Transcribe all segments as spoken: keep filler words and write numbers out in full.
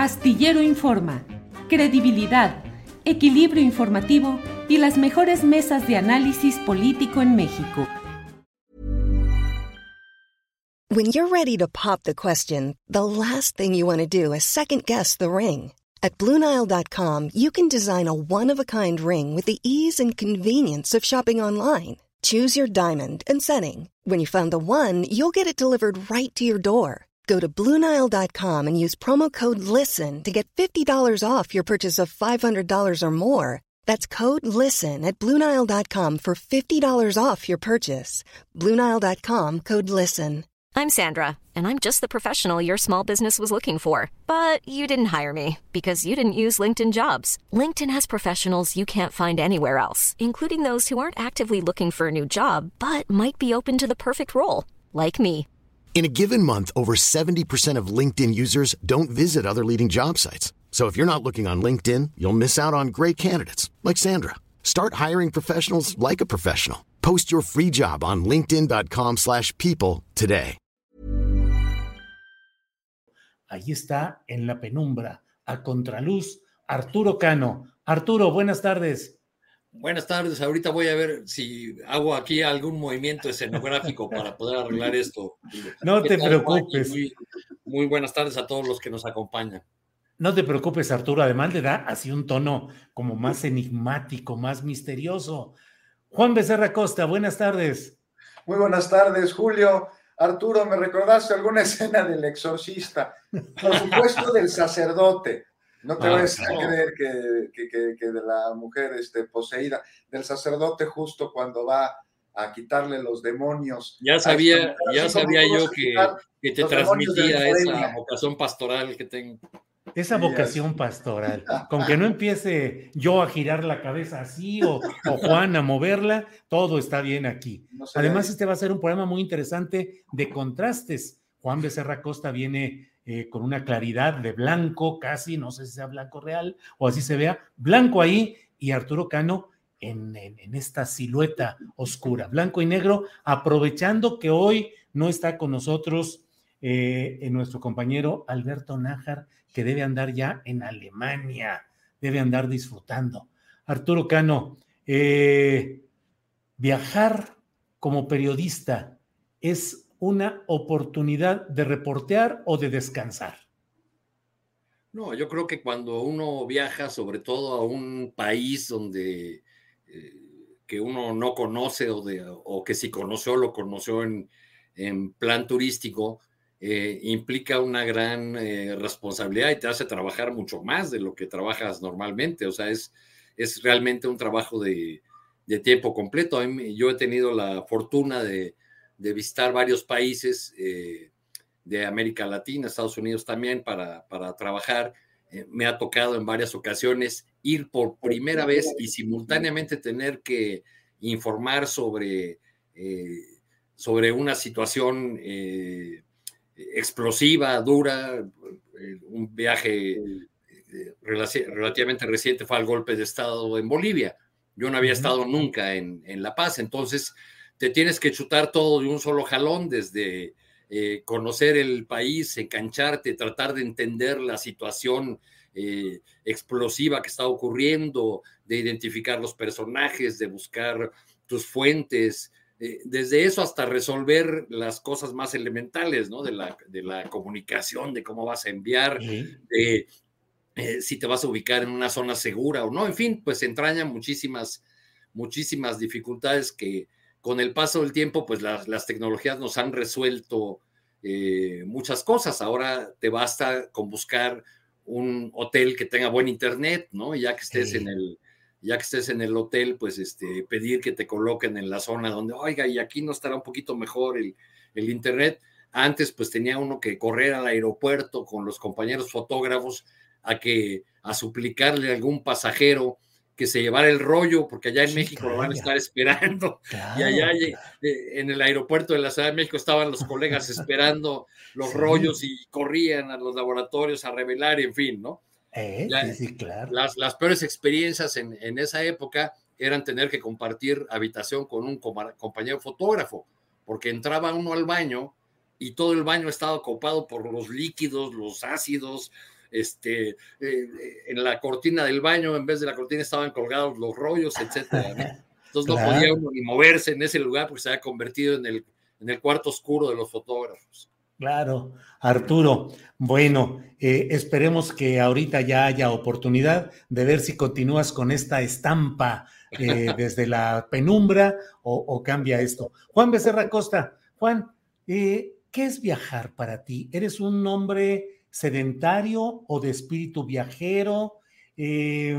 Astillero Informa, credibilidad, equilibrio informativo y las mejores mesas de análisis político en México. When you're ready to pop the question, the last thing you want to do is second-guess the ring. At Blue Nile dot com, you can design a one-of-a-kind ring with the ease and convenience of shopping online. Choose your diamond and setting. When you find the one, you'll get it delivered right to your door. Go to Blue Nile dot com and use promo code LISTEN to get fifty dollars off your purchase of five hundred dollars or more. That's code LISTEN at Blue Nile dot com for fifty dollars off your purchase. Blue Nile dot com, code LISTEN. I'm Sandra, and I'm just the professional your small business was looking for. But you didn't hire me because you didn't use LinkedIn Jobs. LinkedIn has professionals you can't find anywhere else, including those who aren't actively looking for a new job, but might be open to the perfect role, like me. In a given month, over seventy percent of LinkedIn users don't visit other leading job sites. So if you're not looking on LinkedIn, you'll miss out on great candidates like Sandra. Start hiring professionals like a professional. Post your free job on linkedin dot com slash people today. Ahí está, en la penumbra, a contraluz, Arturo Cano. Arturo, buenas tardes. Buenas tardes. Ahorita voy a ver si hago aquí algún movimiento escenográfico para poder arreglar esto. No te preocupes. Muy, muy buenas tardes a todos los que nos acompañan. No te preocupes, Arturo. Además le da así un tono como más enigmático, más misterioso. Juan Becerra Costa, buenas tardes. Muy buenas tardes, Julio. Arturo, ¿me recordaste alguna escena del Exorcista? Por supuesto, del sacerdote. No te ah, vayas a no. creer que, que, que, que de la mujer este, poseída, del sacerdote justo cuando va a quitarle los demonios. Ya sabía, ya sabía yo que, que te transmitía esa vocación pastoral que tengo. Esa vocación pastoral, con que no empiece yo a girar la cabeza así o, o Juan a moverla, todo está bien aquí. No Además, este va a ser un programa muy interesante de contrastes. Juan Becerra Costa viene eh, con una claridad de blanco casi, no sé si sea blanco real o así se vea, blanco ahí, y Arturo Cano en, en, en esta silueta oscura, blanco y negro, aprovechando que hoy no está con nosotros eh, en nuestro compañero Alberto Nájar, que debe andar ya en Alemania, debe andar disfrutando. Arturo Cano, eh, viajar como periodista es una oportunidad de reportear o de descansar. No, yo creo que cuando uno viaja, sobre todo a un país donde eh, que uno no conoce o, de, o que si conoció, lo conoció en, en plan turístico, Eh, implica una gran eh, responsabilidad y te hace trabajar mucho más de lo que trabajas normalmente. O sea, es, es realmente un trabajo de, de tiempo completo. A mí, yo he tenido la fortuna de, de visitar varios países eh, de América Latina, Estados Unidos también, para, para trabajar. Eh, me ha tocado en varias ocasiones ir por primera vez y simultáneamente tener que informar sobre, eh, sobre una situación eh, explosiva, dura. Un viaje relativamente reciente fue al golpe de estado en Bolivia. Yo no había estado nunca en, en La Paz, entonces te tienes que chutar todo de un solo jalón, desde eh, conocer el país, engancharte, tratar de entender la situación eh, explosiva que está ocurriendo, de identificar los personajes, de buscar tus fuentes, desde eso hasta resolver las cosas más elementales, ¿no? De la, de la comunicación, de cómo vas a enviar, uh-huh. de eh, si te vas a ubicar en una zona segura o no. En fin, pues entraña muchísimas, muchísimas dificultades que con el paso del tiempo, pues las, las tecnologías nos han resuelto eh, muchas cosas. Ahora te basta con buscar un hotel que tenga buen internet, ¿no? Ya que estés uh-huh. en el ya que estés en el hotel, pues este, pedir que te coloquen en la zona donde, oiga, y aquí no estará un poquito mejor el, el internet. Antes, pues tenía uno que correr al aeropuerto con los compañeros fotógrafos a, que, a suplicarle a algún pasajero que se llevara el rollo, porque allá en sí, México claro. Lo van a estar esperando. Claro, y allá claro. en el aeropuerto de la Ciudad de México estaban los colegas esperando los sí. rollos y corrían a los laboratorios a revelar, en fin, ¿no? Eh, la, sí, sí, claro. las, las peores experiencias en, en esa época eran tener que compartir habitación con un compañero fotógrafo, porque entraba uno al baño y todo el baño estaba ocupado por los líquidos, los ácidos, este, eh, en la cortina del baño, en vez de la cortina estaban colgados los rollos, etcétera, ¿no? Entonces claro. No podía uno ni moverse en ese lugar porque se había convertido en el, en el cuarto oscuro de los fotógrafos. Claro, Arturo. Bueno, eh, esperemos que ahorita ya haya oportunidad de ver si continúas con esta estampa eh, desde la penumbra o, o cambia esto. Juan Becerra Costa. Juan, eh, ¿qué es viajar para ti? ¿Eres un hombre sedentario o de espíritu viajero? Eh,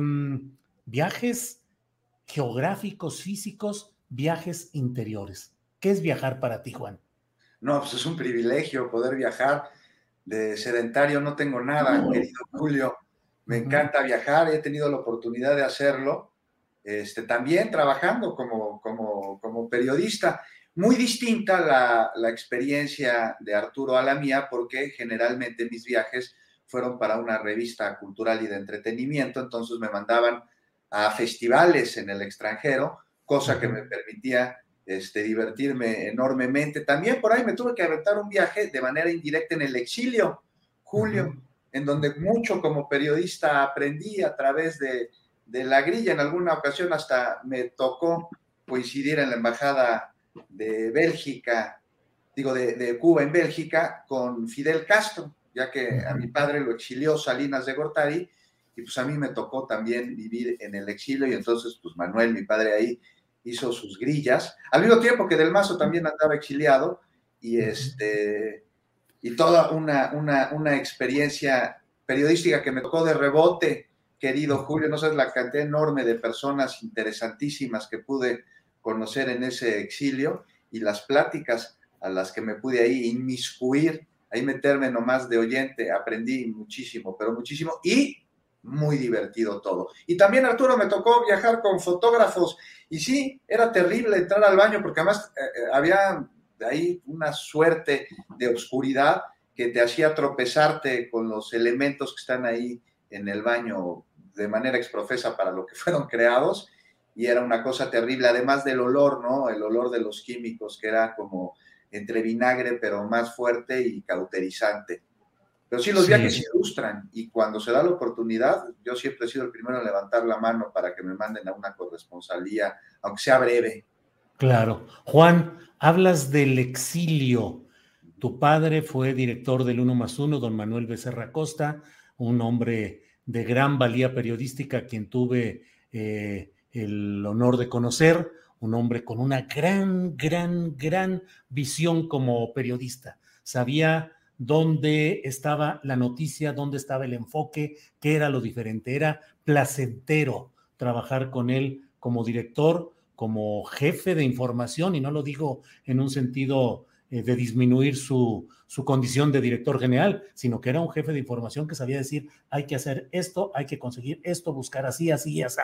¿Viajes geográficos, físicos, viajes interiores? ¿Qué es viajar para ti, Juan? No, pues es un privilegio poder viajar. De sedentario no tengo nada, querido Julio. Me uh-huh. encanta viajar, he tenido la oportunidad de hacerlo. Este, también trabajando como, como, como periodista. Muy distinta la, la experiencia de Arturo a la mía, porque generalmente mis viajes fueron para una revista cultural y de entretenimiento, entonces me mandaban a festivales en el extranjero, cosa uh-huh. que me permitía Este, divertirme enormemente. También por ahí me tuve que aventar un viaje de manera indirecta en el exilio, Julio, uh-huh. en donde mucho como periodista aprendí a través de, de la grilla. En alguna ocasión hasta me tocó coincidir en la embajada de Bélgica, digo, de, de Cuba en Bélgica, con Fidel Castro, ya que uh-huh. a mi padre lo exilió Salinas de Gortari, y pues a mí me tocó también vivir en el exilio, y entonces pues Manuel, mi padre ahí, hizo sus grillas, al mismo tiempo que Del Mazo también andaba exiliado, y, este, y toda una, una, una experiencia periodística que me tocó de rebote, querido Julio. No sabes la cantidad enorme de personas interesantísimas que pude conocer en ese exilio, y las pláticas a las que me pude ahí inmiscuir, ahí meterme nomás de oyente. Aprendí muchísimo, pero muchísimo, y muy divertido todo. Y también, Arturo, me tocó viajar con fotógrafos, y sí, era terrible entrar al baño, porque además eh, había ahí una suerte de oscuridad que te hacía tropezarte con los elementos que están ahí en el baño de manera exprofesa para lo que fueron creados, y era una cosa terrible, además del olor, ¿no? El olor de los químicos, que era como entre vinagre, pero más fuerte y cauterizante. Pero sí, los sí. viajes se ilustran, y cuando se da la oportunidad, yo siempre he sido el primero en levantar la mano para que me manden a una corresponsalía, aunque sea breve. Claro. Juan, hablas del exilio. Tu padre fue director del Uno más Uno, don Manuel Becerra Costa, un hombre de gran valía periodística, a quien tuve eh, el honor de conocer, un hombre con una gran, gran, gran visión como periodista. Sabía dónde estaba la noticia, dónde estaba el enfoque, qué era lo diferente. Era placentero trabajar con él como director, como jefe de información, y no lo digo en un sentido eh, de disminuir su, su condición de director general, sino que era un jefe de información que sabía decir, hay que hacer esto, hay que conseguir esto, buscar así, así y así.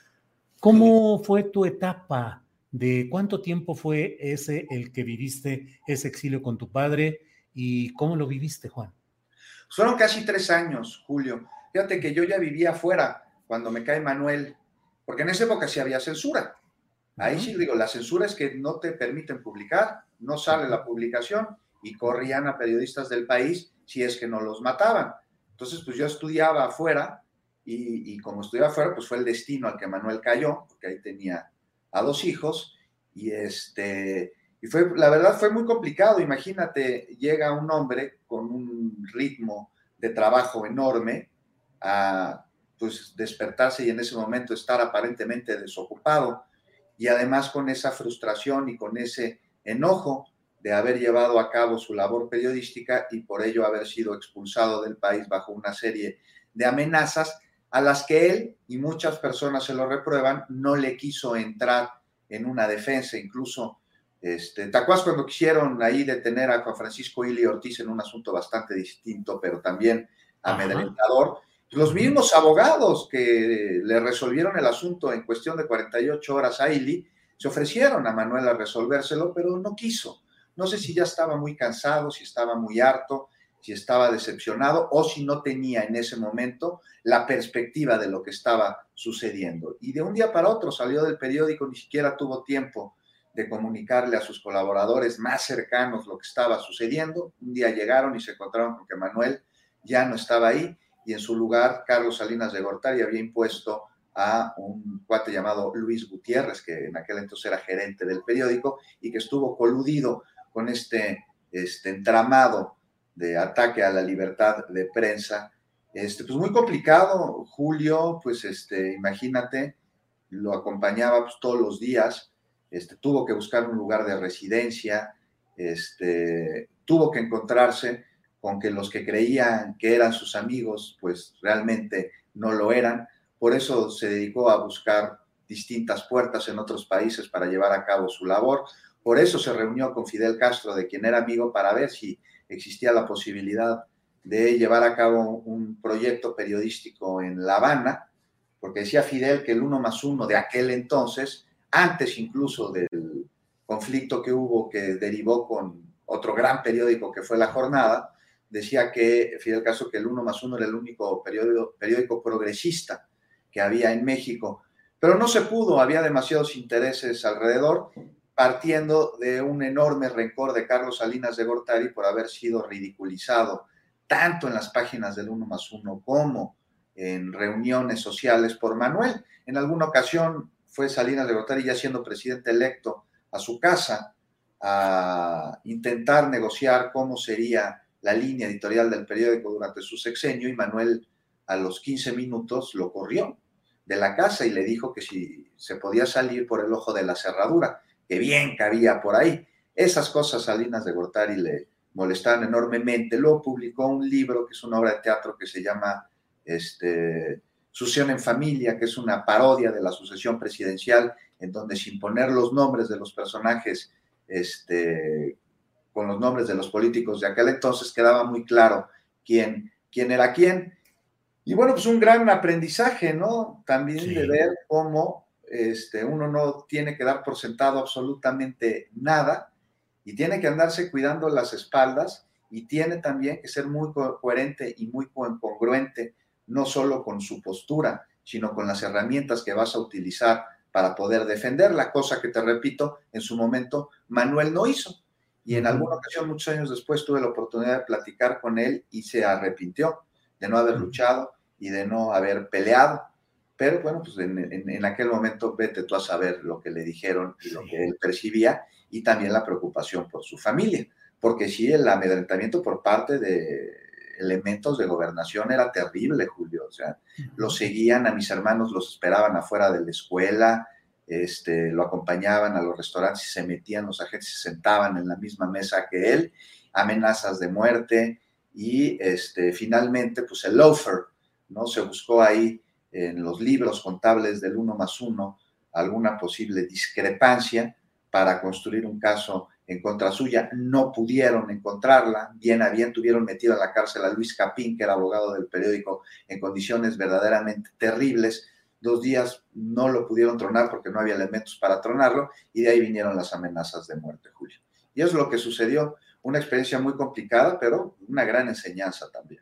¿Cómo fue tu etapa? ¿De cuánto tiempo fue ese el que viviste ese exilio con tu padre? ¿Y cómo lo viviste, Juan? Fueron casi tres años, Julio. Fíjate que yo ya vivía afuera cuando me cae Manuel, porque en esa época sí había censura. Ahí uh-huh. sí digo, la censura es que no te permiten publicar, no sale uh-huh. la publicación, y corrían a periodistas del país si es que no los mataban. Entonces, pues yo estudiaba afuera, y, y como estudiaba afuera, pues fue el destino al que Manuel cayó, porque ahí tenía a dos hijos, y este... Y fue, la verdad fue muy complicado. Imagínate, llega un hombre con un ritmo de trabajo enorme a pues, despertarse y en ese momento estar aparentemente desocupado, y además con esa frustración y con ese enojo de haber llevado a cabo su labor periodística y por ello haber sido expulsado del país bajo una serie de amenazas a las que él, y muchas personas se lo reprueban, no le quiso entrar en una defensa. Incluso Este, ¿te acuerdas cuando quisieron ahí detener a Juan Francisco Ili Ortiz en un asunto bastante distinto, pero también amedrentador? Los mismos abogados que le resolvieron el asunto en cuestión de cuarenta y ocho horas a Ili se ofrecieron a Manuel a resolvérselo, pero no quiso. No sé si ya estaba muy cansado, si estaba muy harto, si estaba decepcionado o si no tenía en ese momento la perspectiva de lo que estaba sucediendo. Y de un día para otro salió del periódico, ni siquiera tuvo tiempo de comunicarle a sus colaboradores más cercanos lo que estaba sucediendo. Un día llegaron y se encontraron con que Manuel ya no estaba ahí, y en su lugar Carlos Salinas de Gortari había impuesto a un cuate llamado Luis Gutiérrez, que en aquel entonces era gerente del periódico y que estuvo coludido con este, este entramado de ataque a la libertad de prensa. Este, pues muy complicado, Julio, pues este, imagínate, lo acompañaba pues, todos los días, este, tuvo que buscar un lugar de residencia, este, tuvo que encontrarse con que los que creían que eran sus amigos, pues realmente no lo eran. Por eso se dedicó a buscar distintas puertas en otros países para llevar a cabo su labor. Por eso se reunió con Fidel Castro, de quien era amigo, para ver si existía la posibilidad de llevar a cabo un proyecto periodístico en La Habana, porque decía Fidel que el uno más uno de aquel entonces, antes incluso del conflicto que hubo que derivó con otro gran periódico que fue La Jornada, decía que Fidel Castro que el uno más uno era el único periódico, periódico progresista que había en México, pero no se pudo, había demasiados intereses alrededor, partiendo de un enorme rencor de Carlos Salinas de Gortari por haber sido ridiculizado tanto en las páginas del uno más uno como en reuniones sociales por Manuel. En alguna ocasión fue Salinas de Gortari, ya siendo presidente electo, a su casa a intentar negociar cómo sería la línea editorial del periódico durante su sexenio, y Manuel a los quince minutos lo corrió de la casa y le dijo que si se podía salir por el ojo de la cerradura, que bien cabía por ahí. Esas cosas Salinas de Gortari le molestaban enormemente. Luego publicó un libro que es una obra de teatro que se llama este, Sucesión en Familia, que es una parodia de la sucesión presidencial, en donde sin poner los nombres de los personajes este, con los nombres de los políticos de aquel entonces quedaba muy claro quién, quién era quién. Y bueno, pues un gran aprendizaje, ¿no? También sí, de ver cómo este, uno no tiene que dar por sentado absolutamente nada y tiene que andarse cuidando las espaldas y tiene también que ser muy co- coherente y muy congruente, no solo con su postura, sino con las herramientas que vas a utilizar para poder defenderla, cosa que, te repito, en su momento Manuel no hizo. Y en alguna ocasión, muchos años después, tuve la oportunidad de platicar con él y se arrepintió de no haber luchado y de no haber peleado. Pero bueno, pues en, en, en aquel momento vete tú a saber lo que le dijeron y lo que él percibía, y también la preocupación por su familia, porque sí, el amedrentamiento por parte de elementos de gobernación era terrible, Julio. O sea, los seguían, a mis hermanos los esperaban afuera de la escuela, este, lo acompañaban a los restaurantes y se metían, los agentes se sentaban en la misma mesa que él, amenazas de muerte, y este, finalmente, pues el lawfare, ¿no? Se buscó ahí en los libros contables del uno más uno alguna posible discrepancia para construir un caso en contra suya. No pudieron encontrarla. Bien a bien tuvieron metido en la cárcel a Luis Capín, que era abogado del periódico, en condiciones verdaderamente terribles. Dos días no lo pudieron tronar porque no había elementos para tronarlo, y de ahí vinieron las amenazas de muerte, Julio. Y eso es lo que sucedió. Una experiencia muy complicada, pero una gran enseñanza también.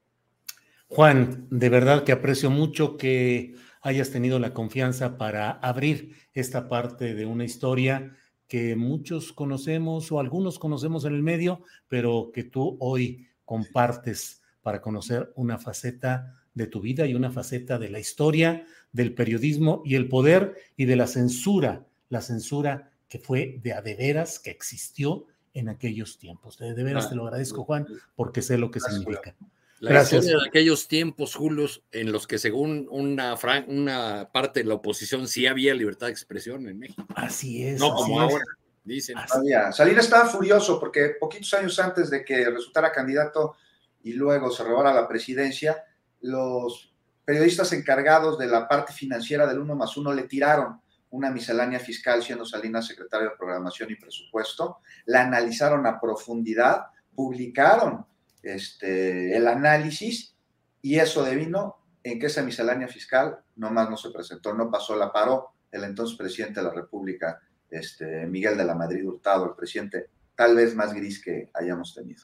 Juan, de verdad que aprecio mucho que hayas tenido la confianza para abrir esta parte de una historia que muchos conocemos o algunos conocemos en el medio, pero que tú hoy compartes para conocer una faceta de tu vida y una faceta de la historia, del periodismo y el poder y de la censura, la censura que fue de a de veras, que existió en aquellos tiempos. De, de veras ah, te lo agradezco, Juan, porque sé lo que gracias, significa. La Gracias. Historia de aquellos tiempos, Julio, en los que según una, una parte de la oposición sí había libertad de expresión en México. Así es. No así como es. ahora, dicen. Había. Salinas estaba furioso porque poquitos años antes de que resultara candidato y luego se robara la presidencia, los periodistas encargados de la parte financiera del uno más uno le tiraron una miscelánea fiscal, siendo Salinas secretario de Programación y Presupuesto, la analizaron a profundidad, publicaron Este, el análisis, y eso devino en que esa miscelánea fiscal nomás no se presentó, no pasó, la paró el entonces presidente de la República, este, Miguel de la Madrid Hurtado, el presidente tal vez más gris que hayamos tenido.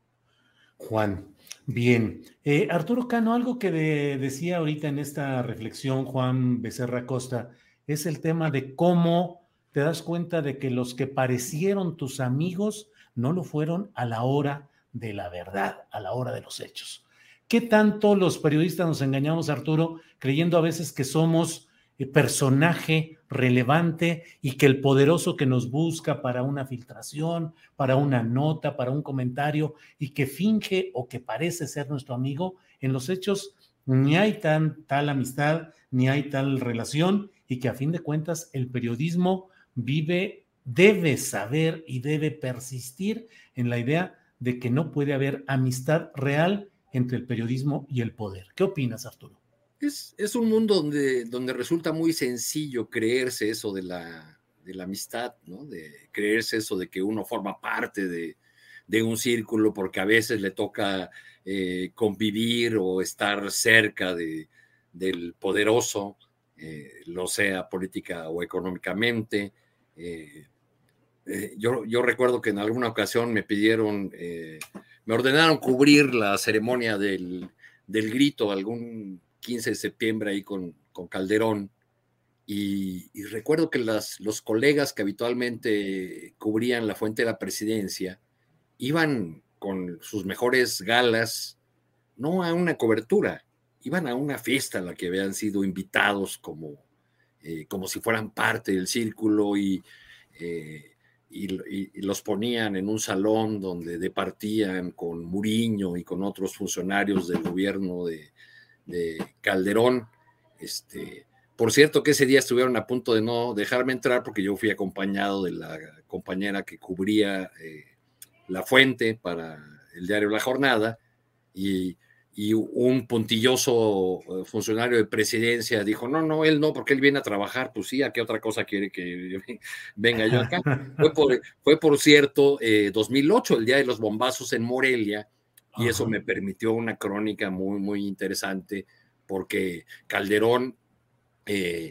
Juan, bien. Eh, Arturo Cano, algo que de, decía ahorita en esta reflexión Juan Becerra Costa, es el tema de cómo te das cuenta de que los que parecieron tus amigos no lo fueron a la hora de la verdad, a la hora de los hechos. ¿Qué tanto los periodistas nos engañamos, Arturo, creyendo a veces que somos eh, personaje relevante y que el poderoso que nos busca para una filtración, para una nota, para un comentario y que finge o que parece ser nuestro amigo, en los hechos ni hay tan, tal amistad, ni hay tal relación, y que a fin de cuentas el periodismo vive, debe saber y debe persistir en la idea de que no puede haber amistad real entre el periodismo y el poder. ¿Qué opinas, Arturo? Es, es un mundo donde, donde resulta muy sencillo creerse eso de la, de la amistad, ¿no? De creerse eso de que uno forma parte de, de un círculo porque a veces le toca eh, convivir o estar cerca de, del poderoso, eh, lo sea política o económicamente. Eh, eh, yo, yo recuerdo que en alguna ocasión me pidieron, eh, me ordenaron cubrir la ceremonia del, del grito, algún quince de septiembre ahí con, con Calderón, y, y recuerdo que las, los colegas que habitualmente cubrían la fuente de la presidencia iban con sus mejores galas, no a una cobertura, iban a una fiesta a la que habían sido invitados como, eh, como si fueran parte del círculo, y, eh, y, y, y los ponían en un salón donde departían con Muriño y con otros funcionarios del gobierno de, de Calderón. Este, por cierto que ese día estuvieron a punto de no dejarme entrar porque yo fui acompañado de la compañera que cubría eh, la fuente para el diario La Jornada, y, y un puntilloso funcionario de presidencia dijo, no, no, él no, porque él viene a trabajar. Pues sí, ¿a qué otra cosa quiere que venga yo acá? Fue por, fue por cierto eh, dos mil ocho, el día de los bombazos en Morelia, y Ajá. Eso me permitió una crónica muy, muy interesante, porque Calderón, eh,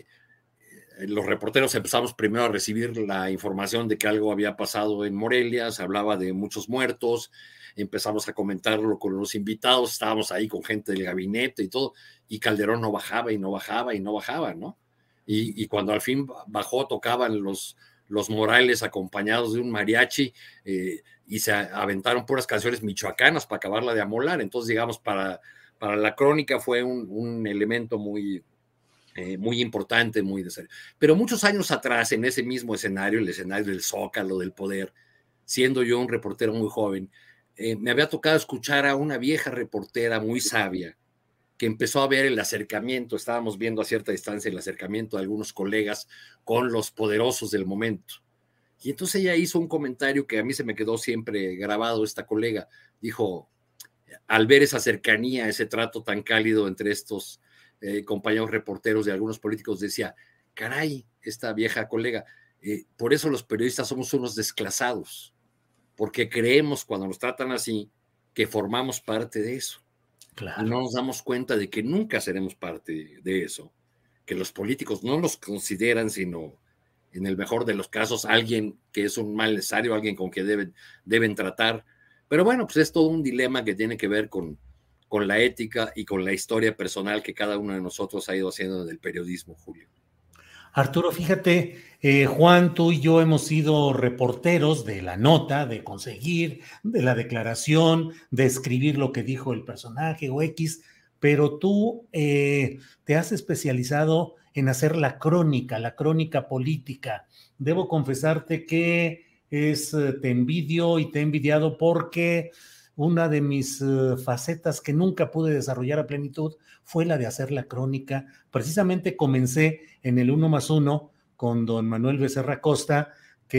los reporteros empezamos primero a recibir la información de que algo había pasado en Morelia, se hablaba de muchos muertos, empezamos a comentarlo con los invitados, estábamos ahí con gente del gabinete y todo, y Calderón no bajaba y no bajaba y no bajaba, ¿no? Y, y cuando al fin bajó, tocaban los, los Morales acompañados de un mariachi, eh, y se aventaron puras canciones michoacanas para acabarla de amolar. Entonces, digamos, para, para la crónica fue un, un elemento muy... Eh, muy importante, muy necesario. Pero muchos años atrás, en ese mismo escenario, el escenario del Zócalo, del poder, siendo yo un reportero muy joven, eh, me había tocado escuchar a una vieja reportera muy sabia que empezó a ver el acercamiento, estábamos viendo a cierta distancia el acercamiento de algunos colegas con los poderosos del momento. Y entonces ella hizo un comentario que a mí se me quedó siempre grabado. Esta colega dijo, al ver esa cercanía, ese trato tan cálido entre estos Eh, compañeros reporteros de algunos políticos, decía, caray, esta vieja colega, eh, por eso los periodistas somos unos desclasados, porque creemos cuando nos tratan así que formamos parte de eso. Claro. Y no nos damos cuenta de que nunca seremos parte de eso, que los políticos no los consideran sino, en el mejor de los casos, alguien que es un mal necesario, alguien con que deben, deben tratar. Pero bueno, pues es todo un dilema que tiene que ver con con la ética y con la historia personal que cada uno de nosotros ha ido haciendo en el periodismo, Julio. Arturo, fíjate, eh, Juan, tú y yo hemos sido reporteros de la nota, de conseguir, de la declaración, de escribir lo que dijo el personaje o X, pero tú eh, te has especializado en hacer la crónica, la crónica política. Debo confesarte que es, te envidio y te he envidiado porque una de mis uh, facetas que nunca pude desarrollar a plenitud fue la de hacer la crónica. Precisamente comencé en el uno más uno con don Manuel Becerra Costa,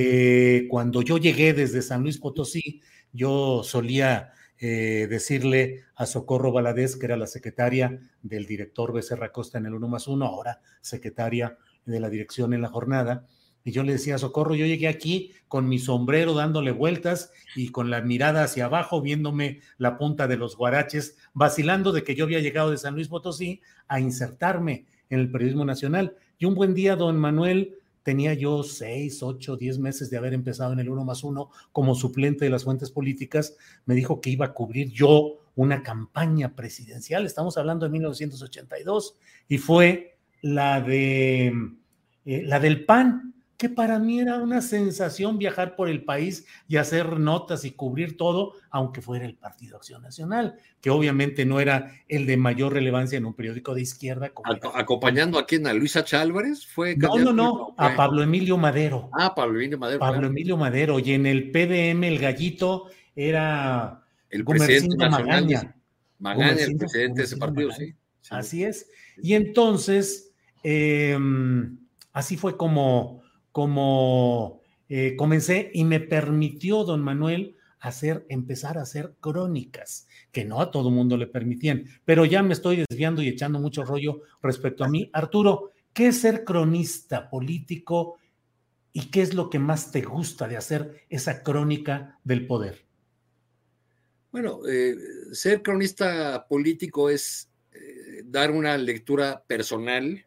que cuando yo llegué desde San Luis Potosí, yo solía eh, decirle a Socorro Valadez, que era la secretaria del director Becerra Costa en el uno más uno, ahora secretaria de la dirección en La Jornada, y yo le decía a Socorro, yo llegué aquí con mi sombrero dándole vueltas y con la mirada hacia abajo, viéndome la punta de los guaraches, vacilando de que yo había llegado de San Luis Potosí a insertarme en el periodismo nacional. Y un buen día, don Manuel, tenía yo seis, ocho, diez meses de haber empezado en el uno más uno como suplente de las fuentes políticas, me dijo que iba a cubrir yo una campaña presidencial, estamos hablando de mil novecientos ochenta y dos, y fue la de eh, la del P A N, que para mí era una sensación viajar por el país y hacer notas y cubrir todo, aunque fuera el Partido Acción Nacional, que obviamente no era el de mayor relevancia en un periódico de izquierda. Como Ac- ¿Acompañando a quién? ¿A Luis H. Álvarez? ¿Fue no, no, no, a Pablo Emilio Madero. Ah, Pablo Emilio Madero. Pablo claro. Emilio Madero, y en el P D M el gallito era el presidente nacional. Magaña. Magaña, el presidente de ese partido, sí, sí. Así es. Y entonces, eh, así fue como... como eh, comencé y me permitió, don Manuel, hacer, empezar a hacer crónicas, que no a todo mundo le permitían, pero ya me estoy desviando y echando mucho rollo respecto a mí. Arturo, ¿qué es ser cronista político y qué es lo que más te gusta de hacer esa crónica del poder? Bueno, eh, ser cronista político es eh, dar una lectura personal,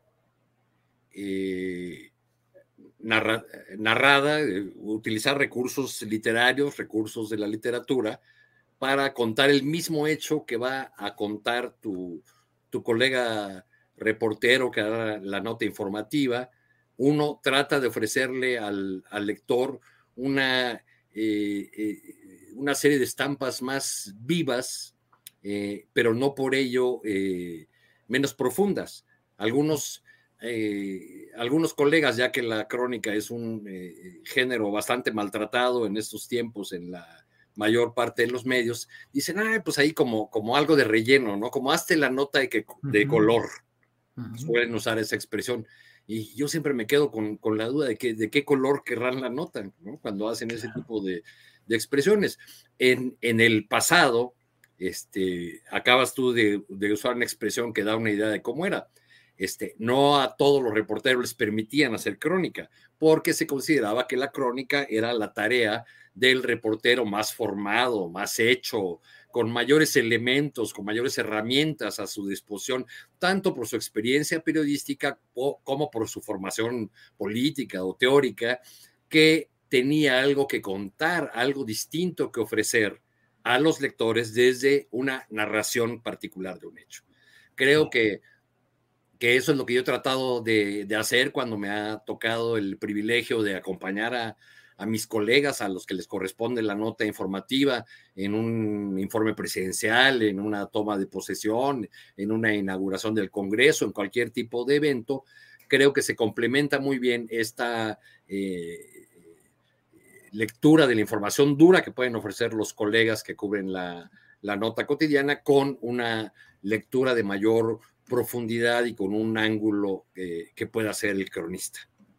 eh, Narra, narrada, eh, utilizar recursos literarios, recursos de la literatura, para contar el mismo hecho que va a contar tu, tu colega reportero que hará la nota informativa. Uno trata de ofrecerle al, al lector una, eh, eh, una serie de estampas más vivas, eh, pero no por ello eh, menos profundas. Algunos... Eh, algunos colegas, ya que la crónica es un eh, género bastante maltratado en estos tiempos en la mayor parte de los medios, dicen, ah, pues ahí como, como algo de relleno, ¿no? Como hazte la nota de, que, de color. Uh-huh. Suelen usar esa expresión. Y yo siempre me quedo con, con la duda de, que, de qué color querrán la nota, ¿no? Cuando hacen ese tipo de, de expresiones. En, en el pasado, este, acabas tú de, de usar una expresión que da una idea de cómo era. Este, no a todos los reporteros les permitían hacer crónica, porque se consideraba que la crónica era la tarea del reportero más formado, más hecho, con mayores elementos, con mayores herramientas a su disposición, tanto por su experiencia periodística como por su formación política o teórica, que tenía algo que contar, algo distinto que ofrecer a los lectores desde una narración particular de un hecho. Creo que que eso es lo que yo he tratado de, de hacer cuando me ha tocado el privilegio de acompañar a, a mis colegas, a los que les corresponde la nota informativa en un informe presidencial, en una toma de posesión, en una inauguración del Congreso, en cualquier tipo de evento. Creo que se complementa muy bien esta eh, lectura de la información dura que pueden ofrecer los colegas que cubren la, la nota cotidiana con una lectura de mayor profundidad y con un ángulo eh, que pueda hacer el cronista.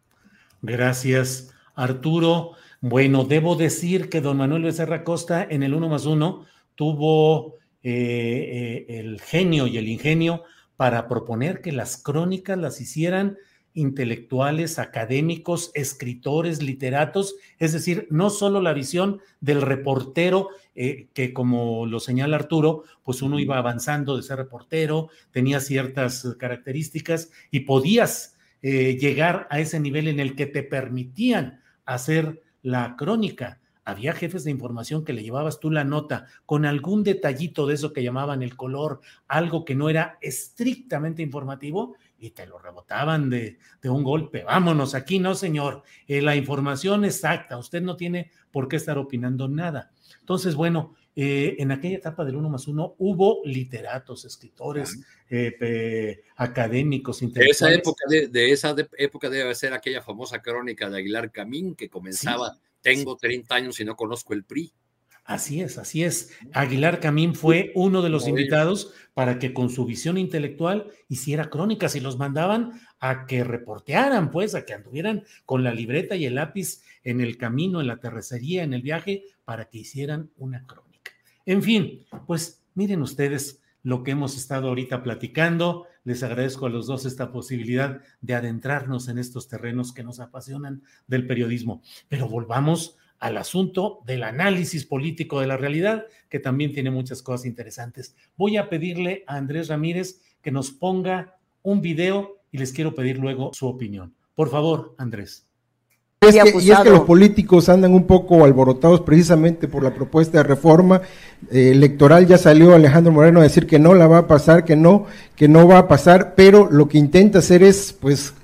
Gracias, Arturo. Bueno, debo decir que don Manuel Becerra Costa en el uno más uno tuvo eh, eh, el genio y el ingenio para proponer que las crónicas las hicieran intelectuales, académicos, escritores, literatos, es decir, no solo la visión del reportero, eh, que como lo señala Arturo, pues uno iba avanzando de ser reportero, tenía ciertas características y podías eh, llegar a ese nivel en el que te permitían hacer la crónica. Había jefes de información que le llevabas tú la nota con algún detallito de eso que llamaban el color, algo que no era estrictamente informativo, y te lo rebotaban de, de un golpe. Vámonos, aquí no, señor. Eh, la información exacta, usted no tiene por qué estar opinando nada. Entonces, bueno, eh, en aquella etapa del uno más uno hubo literatos, escritores, eh, eh, académicos, intelectuales. De esa época, de, de esa de, época debe ser aquella famosa crónica de Aguilar Camín que comenzaba, sí, tengo sí. treinta años y no conozco el P R I. Así es, así es. Aguilar Camín fue uno de los invitados para que con su visión intelectual hiciera crónicas y los mandaban a que reportearan, pues, a que anduvieran con la libreta y el lápiz en el camino, en la terracería, en el viaje, para que hicieran una crónica. En fin, pues miren ustedes lo que hemos estado ahorita platicando. Les agradezco a los dos esta posibilidad de adentrarnos en estos terrenos que nos apasionan del periodismo. Pero volvamos al asunto del análisis político de la realidad, que también tiene muchas cosas interesantes. Voy a pedirle a Andrés Ramírez que nos ponga un video y les quiero pedir luego su opinión. Por favor, Andrés. Es que, y es que los políticos andan un poco alborotados precisamente por la propuesta de reforma eh, electoral. Ya salió Alejandro Moreno a decir que no la va a pasar, que no, que no va a pasar, pero lo que intenta hacer es, pues,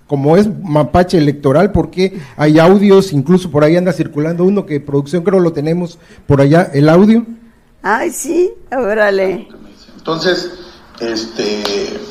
como es mapache electoral, porque hay audios, incluso por ahí anda circulando uno que producción creo lo tenemos por allá, el audio. Ay, sí, órale. Entonces, este,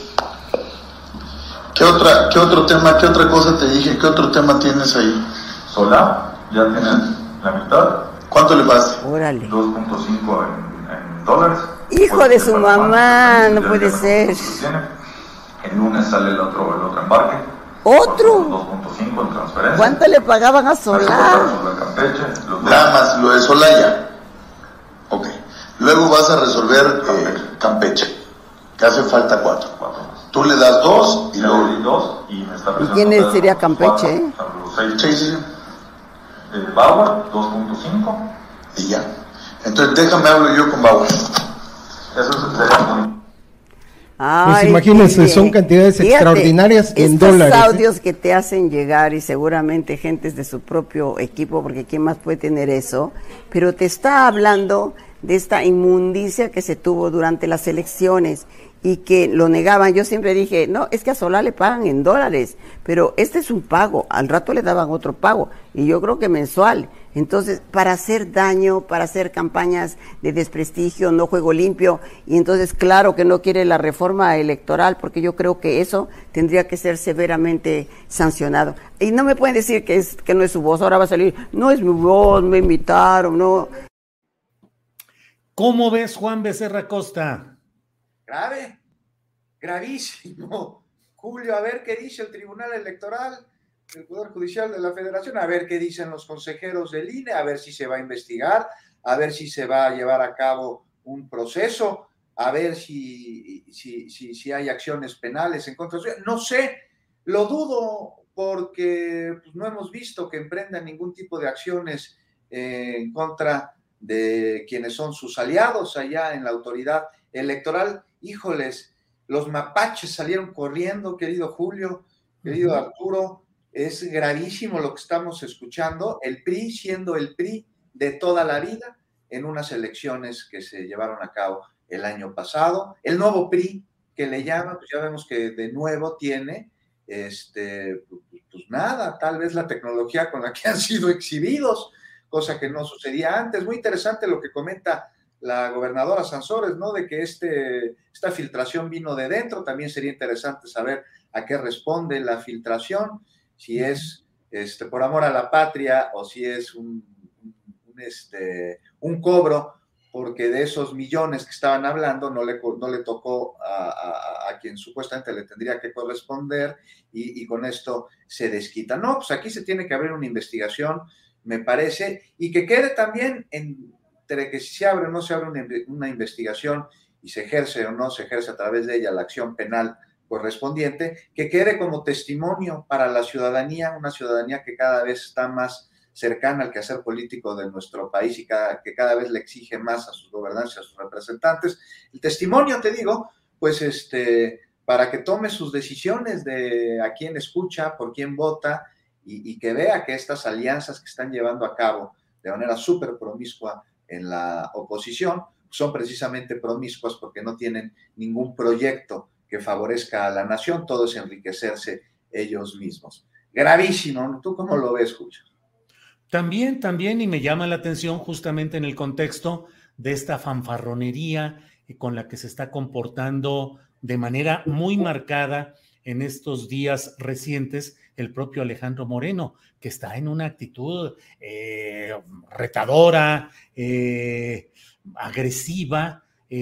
¿qué otra, qué otro tema, qué otra cosa te dije, qué otro tema tienes ahí? Solar, ya tienes la mitad. ¿Cuánto le pasa? Órale. dos punto cinco en, en dólares. Hijo de su mamá, no puede ser. El lunes sale el otro, el otro embarque. ¿Otro? dos punto cinco en transferencia. ¿Cuánto le pagaban a Solar? Nada más, lo de Solaya. Ok. Luego vas a resolver eh, Campeche, que hace falta cuatro. cuatro Tú le das dos y luego... Le dos y me está ¿Y quién sería Campeche? Eh? Sí, sí, sí. Eh, Bauer, dos punto cinco. Y ya. Entonces déjame hablo yo con Bauer. Eso sería muy... Ay, pues imagínense, son cantidades Fíjate, extraordinarias en estos dólares. Estos audios ¿eh? que te hacen llegar, y seguramente gentes de su propio equipo, porque ¿quién más puede tener eso? Pero te está hablando de esta inmundicia que se tuvo durante las elecciones y que lo negaban. Yo siempre dije, no, es que a Solá le pagan en dólares, pero este es un pago, al rato le daban otro pago, y yo creo que mensual. Entonces, para hacer daño, para hacer campañas de desprestigio, no juego limpio, y entonces claro que no quiere la reforma electoral, porque yo creo que eso tendría que ser severamente sancionado. Y no me pueden decir que es que no es su voz, ahora va a salir, no es mi voz, me invitaron, no. ¿Cómo ves, Juan Becerra Costa? Grave, gravísimo. Julio, a ver qué dice el Tribunal Electoral, el Poder Judicial de la Federación, a ver qué dicen los consejeros del I N E, a ver si se va a investigar, a ver si se va a llevar a cabo un proceso, a ver si, si, si, si hay acciones penales en contra de... No sé, lo dudo porque pues, no hemos visto que emprendan ningún tipo de acciones eh, en contra de quienes son sus aliados allá en la autoridad electoral. Híjoles, los mapaches salieron corriendo, querido Julio, querido uh-huh. Arturo, es gravísimo lo que estamos escuchando, el P R I siendo el P R I de toda la vida en unas elecciones que se llevaron a cabo el año pasado, el nuevo P R I que le llaman, pues ya vemos que de nuevo tiene, este, pues nada, tal vez la tecnología con la que han sido exhibidos, cosa que no sucedía antes. Muy interesante lo que comenta la gobernadora Sansores, ¿no? De que este, esta filtración vino de dentro. También sería interesante saber a qué responde la filtración, si es este, por amor a la patria o si es un, un, este, un cobro, porque de esos millones que estaban hablando no le, no le tocó a, a, a quien supuestamente le tendría que corresponder y, y con esto se desquita. No, pues aquí se tiene que abrir una investigación, me parece, y que quede también entre que si se abre o no se abre una, una investigación y se ejerce o no se ejerce a través de ella la acción penal correspondiente, que quede como testimonio para la ciudadanía, una ciudadanía que cada vez está más cercana al quehacer político de nuestro país y cada, que cada vez le exige más a sus gobernantes, a sus representantes. El testimonio, te digo, pues este, para que tome sus decisiones de a quién escucha, por quién vota, y, y que vea que estas alianzas que están llevando a cabo de manera súper promiscua en la oposición son precisamente promiscuas porque no tienen ningún proyecto que favorezca a la nación, todo es enriquecerse ellos mismos. Gravísimo, ¿tú cómo lo ves, Julio? También, también, y me llama la atención justamente en el contexto de esta fanfarronería con la que se está comportando de manera muy marcada en estos días recientes el propio Alejandro Moreno, que está en una actitud eh, retadora, eh, agresiva,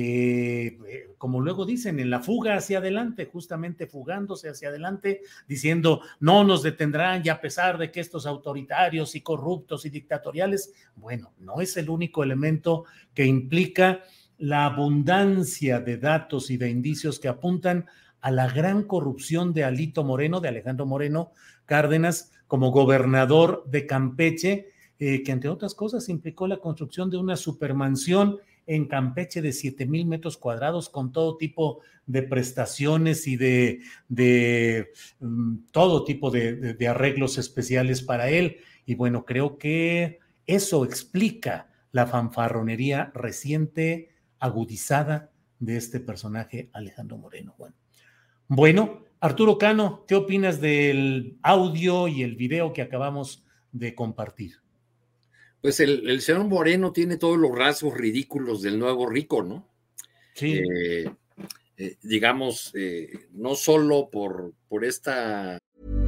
Eh, eh, como luego dicen, en la fuga hacia adelante, justamente fugándose hacia adelante, diciendo no nos detendrán y a pesar de que estos autoritarios y corruptos y dictatoriales, bueno, no es el único elemento que implica la abundancia de datos y de indicios que apuntan a la gran corrupción de Alito Moreno, de Alejandro Moreno Cárdenas, como gobernador de Campeche, eh, que entre otras cosas implicó la construcción de una supermansión en Campeche de siete mil metros cuadrados con todo tipo de prestaciones y de, de um, todo tipo de, de, de arreglos especiales para él. Y bueno, creo que eso explica la fanfarronería reciente, agudizada de este personaje Alejandro Moreno. Bueno, bueno Arturo Cano, ¿qué opinas del audio y el video que acabamos de compartir? Pues el, el señor Moreno tiene todos los rasgos ridículos del nuevo rico, ¿no? Sí. Eh, eh, digamos, eh, no solo por, por esta...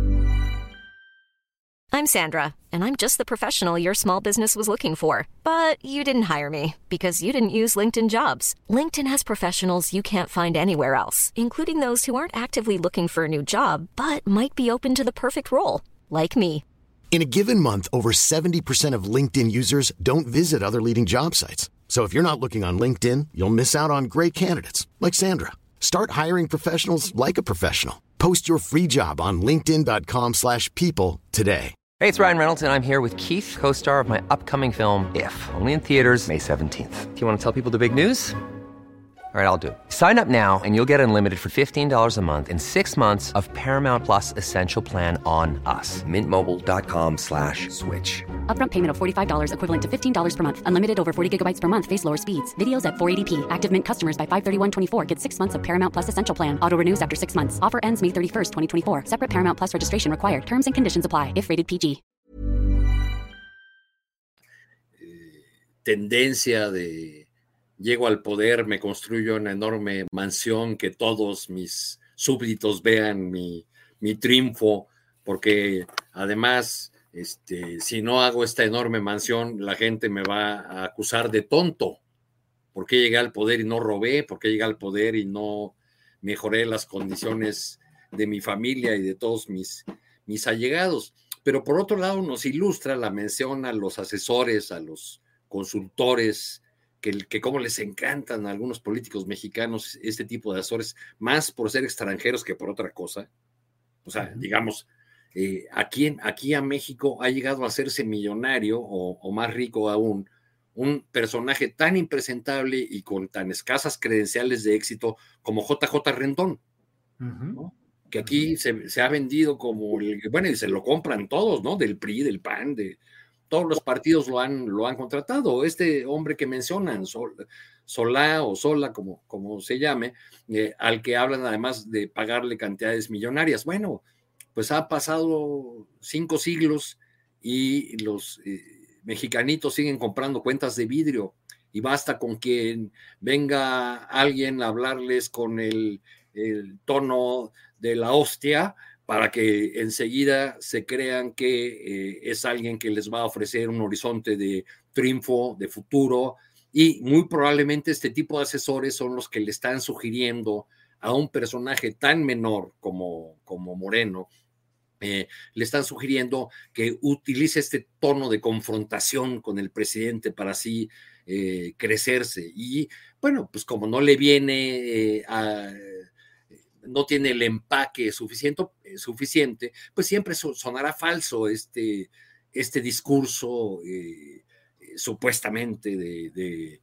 I'm Sandra, and I'm just the professional your small business was looking for. But you didn't hire me because you didn't use LinkedIn Jobs. LinkedIn has professionals you can't find anywhere else, including those who aren't actively looking for a new job, but might be open to the perfect role, like me. In a given month, over seventy percent of LinkedIn users don't visit other leading job sites. So if you're not looking on LinkedIn, you'll miss out on great candidates like Sandra. Start hiring professionals like a professional. Post your free job on linkedin dot com slash people today. Hey, it's Ryan Reynolds, and I'm here with Keith, co-star of my upcoming film, If, only in theaters May seventeenth. Do you want to tell people the big news? All right, I'll do it. Sign up now and you'll get unlimited for fifteen dollars a month and six months of Paramount Plus Essential Plan on us. Mint Mobile dot com slash switch. Upfront payment of forty-five dollars equivalent to fifteen dollars per month. Unlimited over forty gigabytes per month. Face lower speeds. Videos at four eighty p. Active Mint customers by five thirty-one twenty-four get six months of Paramount Plus Essential Plan. Auto renews after six months. Offer ends May thirty-first, twenty twenty-four. Separate Paramount Plus registration required. Terms and conditions apply if rated P G. Tendencia de... Llego al poder, me construyo una enorme mansión, que todos mis súbditos vean mi, mi triunfo, porque además, este, si no hago esta enorme mansión, la gente me va a acusar de tonto. ¿Por qué llegué al poder y no robé? ¿Por qué llegué al poder y no mejoré las condiciones de mi familia y de todos mis, mis allegados? Pero por otro lado nos ilustra la mención a los asesores, a los consultores, que, que como les encantan a algunos políticos mexicanos este tipo de asesores, más por ser extranjeros que por otra cosa. O sea, uh-huh. digamos, eh, aquí, aquí a México ha llegado a hacerse millonario o, o más rico aún, un personaje tan impresentable y con tan escasas credenciales de éxito como J J Rendón, uh-huh. ¿no? Que aquí se, se ha vendido como, el, bueno, y se lo compran todos, ¿no? Del P R I, del P A N, de... Todos los partidos lo han, lo han contratado. Este hombre que mencionan, Sol, Solá o Sola, como, como se llame, eh, al que hablan además de pagarle cantidades millonarias. Bueno, pues ha pasado cinco siglos y los eh, mexicanitos siguen comprando cuentas de vidrio, y basta con que venga alguien a hablarles con el, el tono de la hostia para que enseguida se crean que eh, es alguien que les va a ofrecer un horizonte de triunfo, de futuro, y muy probablemente este tipo de asesores son los que le están sugiriendo a un personaje tan menor como, como Moreno, eh, le están sugiriendo que utilice este tono de confrontación con el presidente para así eh, crecerse. Y bueno, pues como no le viene eh, a... no tiene el empaque suficiente, suficiente, pues siempre sonará falso este, este discurso eh, supuestamente de, de,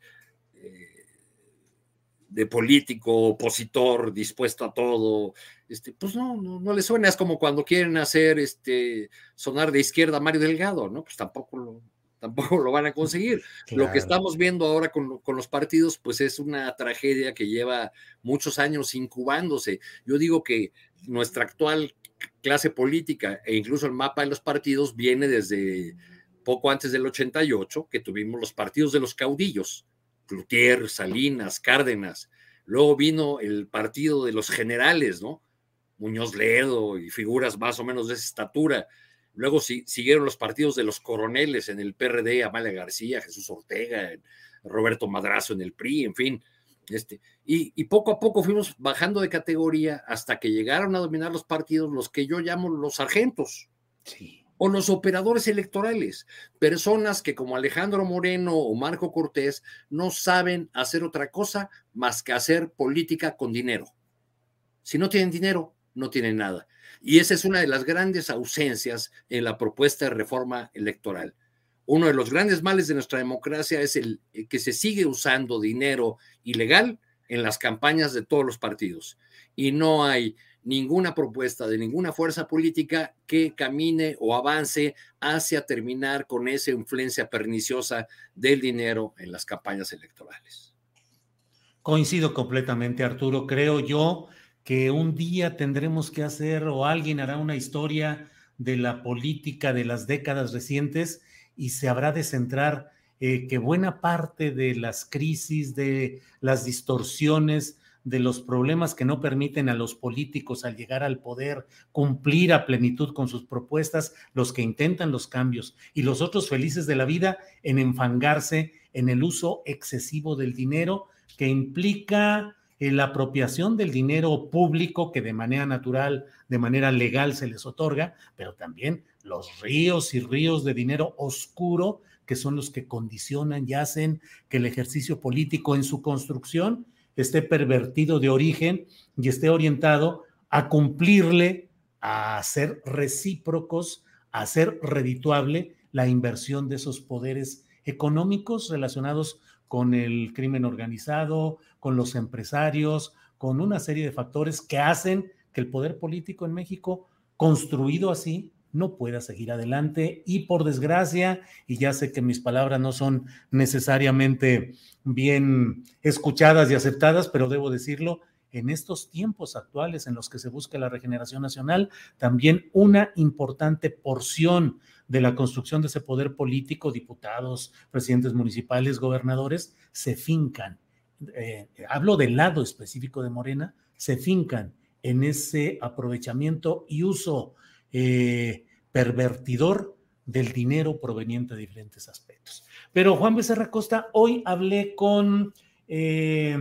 de político opositor dispuesto a todo. Este, pues no, no, no le suena. Es como cuando quieren hacer este, sonar de izquierda a Mario Delgado, ¿no? Pues tampoco lo, tampoco lo van a conseguir. Claro. Lo que estamos viendo ahora con, con los partidos, pues es una tragedia que lleva muchos años incubándose. Yo digo que nuestra actual clase política e incluso el mapa de los partidos viene desde poco antes del ochenta y ocho, que tuvimos los partidos de los caudillos, Cloutier, Salinas, Cárdenas. Luego vino el partido de los generales, ¿no? Muñoz Ledo y figuras más o menos de esa estatura. Luego si, siguieron los partidos de los coroneles en el P R D, Amalia García, Jesús Ortega, Roberto Madrazo en el P R I, en fin. Este, y, y poco a poco fuimos bajando de categoría hasta que llegaron a dominar los partidos los que yo llamo los sargentos. Sí. O los operadores electorales, personas que como Alejandro Moreno o Marco Cortés no saben hacer otra cosa más que hacer política con dinero. Si no tienen dinero, no tienen nada. Y esa es una de las grandes ausencias en la propuesta de reforma electoral. Uno de los grandes males de nuestra democracia es el que se sigue usando dinero ilegal en las campañas de todos los partidos. Y no hay ninguna propuesta de ninguna fuerza política que camine o avance hacia terminar con esa influencia perniciosa del dinero en las campañas electorales. Coincido completamente, Arturo. Creo yo que un día tendremos que hacer o alguien hará una historia de la política de las décadas recientes y se habrá de centrar eh, que buena parte de las crisis, de las distorsiones, de los problemas que no permiten a los políticos al llegar al poder cumplir a plenitud con sus propuestas, los que intentan los cambios y los otros felices de la vida en enfangarse en el uso excesivo del dinero que implica eh, la apropiación del dinero público que de manera natural, de manera legal se les otorga, pero también los ríos y ríos de dinero oscuro que son los que condicionan y hacen que el ejercicio político en su construcción esté pervertido de origen y esté orientado a cumplirle, a ser recíprocos, a hacer redituable la inversión de esos poderes económicos relacionados con el crimen organizado, con los empresarios, con una serie de factores que hacen que el poder político en México, construido así, no pueda seguir adelante y por desgracia, y ya sé que mis palabras no son necesariamente bien escuchadas y aceptadas, pero debo decirlo, en estos tiempos actuales en los que se busca la regeneración nacional, también una importante porción de la construcción de ese poder político, diputados, presidentes municipales, gobernadores, se fincan, eh, hablo del lado específico de Morena, se fincan en ese aprovechamiento y uso Eh, pervertidor del dinero proveniente de diferentes aspectos. Pero Juan Becerra Costa, hoy hablé con eh,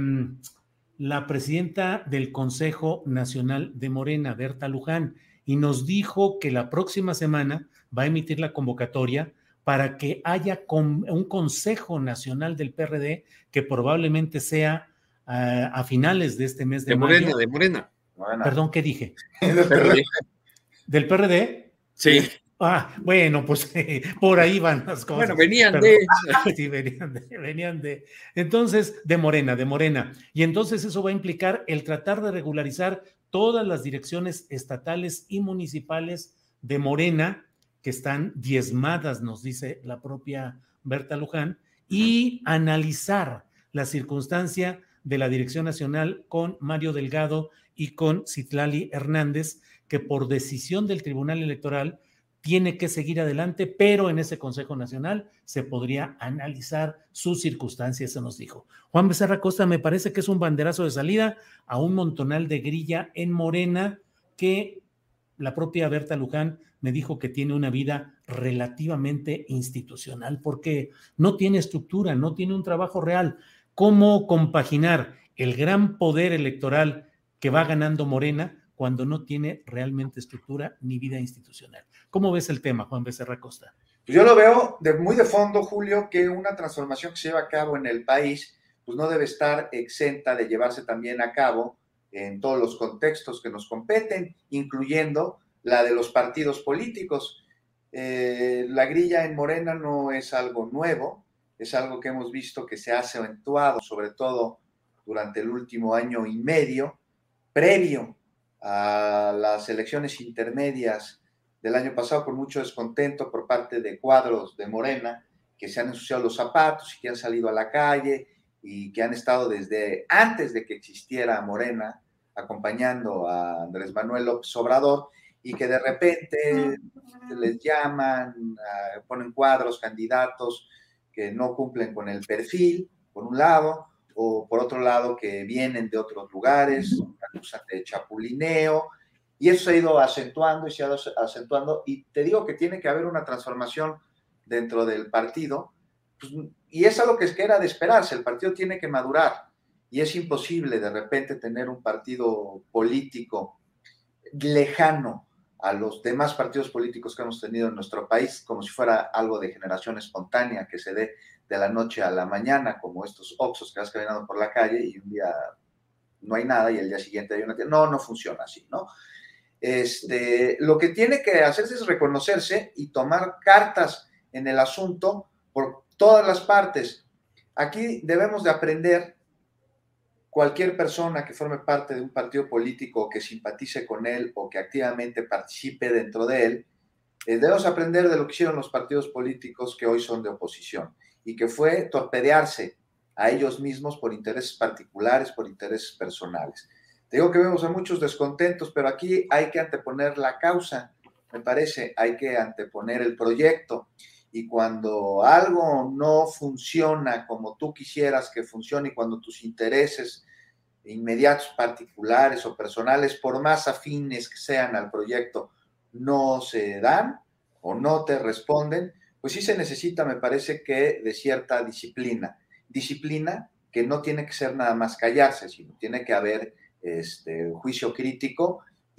la presidenta del Consejo Nacional de Morena, Berta Luján, y nos dijo que la próxima semana va a emitir la convocatoria para que haya con, un Consejo Nacional del P R D que probablemente sea uh, a finales de este mes de, de mayo. Morena, de Morena. Perdón, ¿qué dije? Del P R D. ¿Del P R D? Sí. Ah, bueno, pues eh, por ahí van las cosas. Bueno, venían Pero, de... Sí, venían de, venían de... Entonces, de Morena, de Morena. Y entonces eso va a implicar el tratar de regularizar todas las direcciones estatales y municipales de Morena, que están diezmadas, nos dice la propia Berta Luján, y analizar la circunstancia de la Dirección Nacional con Mario Delgado y con Citlali Hernández, que por decisión del Tribunal Electoral tiene que seguir adelante, pero en ese Consejo Nacional se podría analizar sus circunstancias, se nos dijo. Juan Becerra Costa, me parece que es un banderazo de salida a un montonal de grilla en Morena que la propia Berta Luján me dijo que tiene una vida relativamente institucional porque no tiene estructura, no tiene un trabajo real. ¿Cómo compaginar el gran poder electoral que va ganando Morena cuando no tiene realmente estructura ni vida institucional? ¿Cómo ves el tema, Juan Becerra Costa? Pues yo lo veo de, muy de fondo, Julio, que una transformación que se lleva a cabo en el país, pues no debe estar exenta de llevarse también a cabo en todos los contextos que nos competen, incluyendo la de los partidos políticos. Eh, la grilla en Morena no es algo nuevo, es algo que hemos visto que se ha acentuado, sobre todo durante el último año y medio, previo a las elecciones intermedias del año pasado, con mucho descontento por parte de cuadros de Morena que se han ensuciado los zapatos y que han salido a la calle y que han estado desde antes de que existiera Morena acompañando a Andrés Manuel López Obrador y que de repente les llaman, uh, ponen cuadros, candidatos que no cumplen con el perfil, por un lado, o por otro lado que vienen de otros lugares, acusan de chapulineo, y eso se ha ido acentuando y se ha ido acentuando, y te digo que tiene que haber una transformación dentro del partido, pues, y es algo que era de esperarse, el partido tiene que madurar, y es imposible de repente tener un partido político lejano a los demás partidos políticos que hemos tenido en nuestro país, como si fuera algo de generación espontánea que se dé de la noche a la mañana, como estos Oxxos que vas caminando por la calle y un día no hay nada y el día siguiente hay una... No, no funciona así, ¿no? Este, lo que tiene que hacerse es reconocerse y tomar cartas en el asunto por todas las partes. Aquí debemos de aprender, cualquier persona que forme parte de un partido político, que simpatice con él o que activamente participe dentro de él, eh, debemos aprender de lo que hicieron los partidos políticos que hoy son de oposición y que fue torpedearse a ellos mismos por intereses particulares, por intereses personales. Te digo que vemos a muchos descontentos, pero aquí hay que anteponer la causa, me parece, hay que anteponer el proyecto. Y cuando algo no funciona como tú quisieras que funcione, y cuando tus intereses inmediatos, particulares o personales, por más afines que sean al proyecto, no se dan o no te responden, pues sí se necesita, me parece, que de cierta disciplina. Disciplina que no tiene que ser nada más callarse, sino tiene que haber este, juicio crítico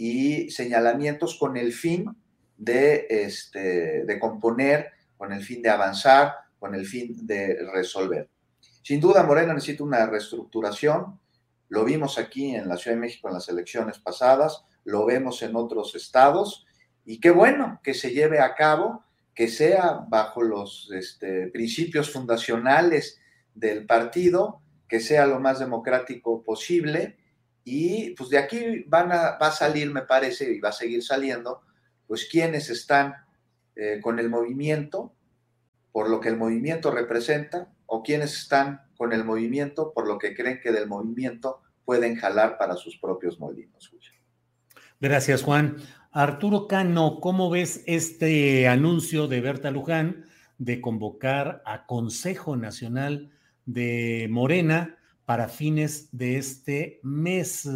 y señalamientos con el fin de, este, de componer, con el fin de avanzar, con el fin de resolver. Sin duda, Morena necesita una reestructuración. Lo vimos aquí en la Ciudad de México en las elecciones pasadas, lo vemos en otros estados, y qué bueno que se lleve a cabo, que sea bajo los este, principios fundacionales del partido, que sea lo más democrático posible, y pues de aquí van a, va a salir, me parece, y va a seguir saliendo, pues quienes están eh, con el movimiento, por lo que el movimiento representa, o quienes están con el movimiento por lo que creen que del movimiento pueden jalar para sus propios molinos. Gracias, Juan. Arturo Cano, ¿cómo ves este anuncio de Berta Luján de convocar a Consejo Nacional de Morena para fines de este mes?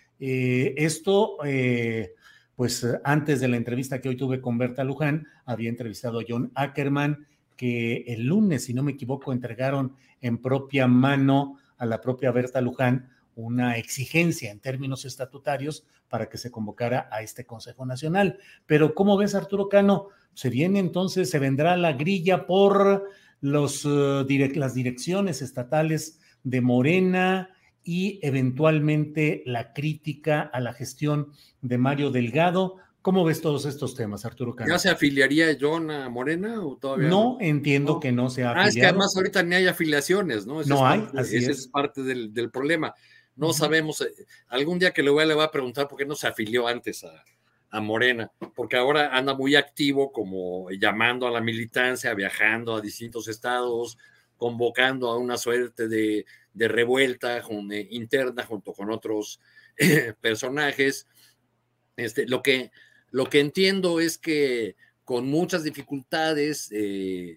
Eh, esto, eh, pues antes de la entrevista que hoy tuve con Berta Luján, había entrevistado a John Ackerman, que el lunes, si no me equivoco, entregaron en propia mano a la propia Berta Luján una exigencia en términos estatutarios para que se convocara a este Consejo Nacional. Pero ¿cómo ves, Arturo Cano? Se viene entonces, se vendrá la grilla por los, uh, direct, las direcciones estatales de Morena y eventualmente la crítica a la gestión de Mario Delgado. ¿Cómo ves todos estos temas, Arturo Cano? ¿Ya se afiliaría John a Morena o todavía no? No, entiendo no. que no se ha afiliado. Ah, es que además ahorita ni hay afiliaciones, ¿no? Ese no es hay, parte, así ese es. es parte del, del problema. No uh-huh. sabemos, eh, algún día que le voy, a, le voy a preguntar por qué no se afilió antes a, a Morena, porque ahora anda muy activo como llamando a la militancia, viajando a distintos estados, convocando a una suerte de, de revuelta jun, eh, interna junto con otros eh, personajes. Este, lo que Lo que entiendo es que con muchas dificultades eh,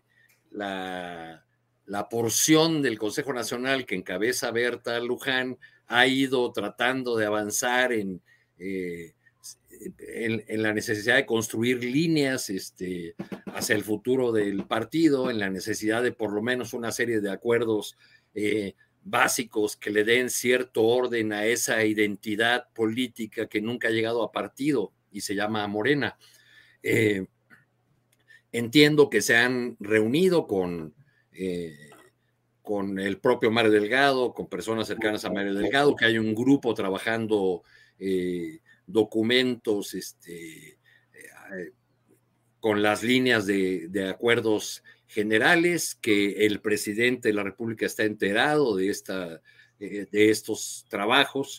la, la porción del Consejo Nacional que encabeza Berta Luján ha ido tratando de avanzar en, eh, en, en la necesidad de construir líneas este, hacia el futuro del partido, en la necesidad de por lo menos una serie de acuerdos eh, básicos que le den cierto orden a esa identidad política que nunca ha llegado a partido y se llama Morena. Eh, entiendo que se han reunido con, eh, con el propio Mario Delgado, con personas cercanas a Mario Delgado, que hay un grupo trabajando eh, documentos este, eh, con las líneas de, de acuerdos generales, que el presidente de la República está enterado de, esta, eh, de estos trabajos,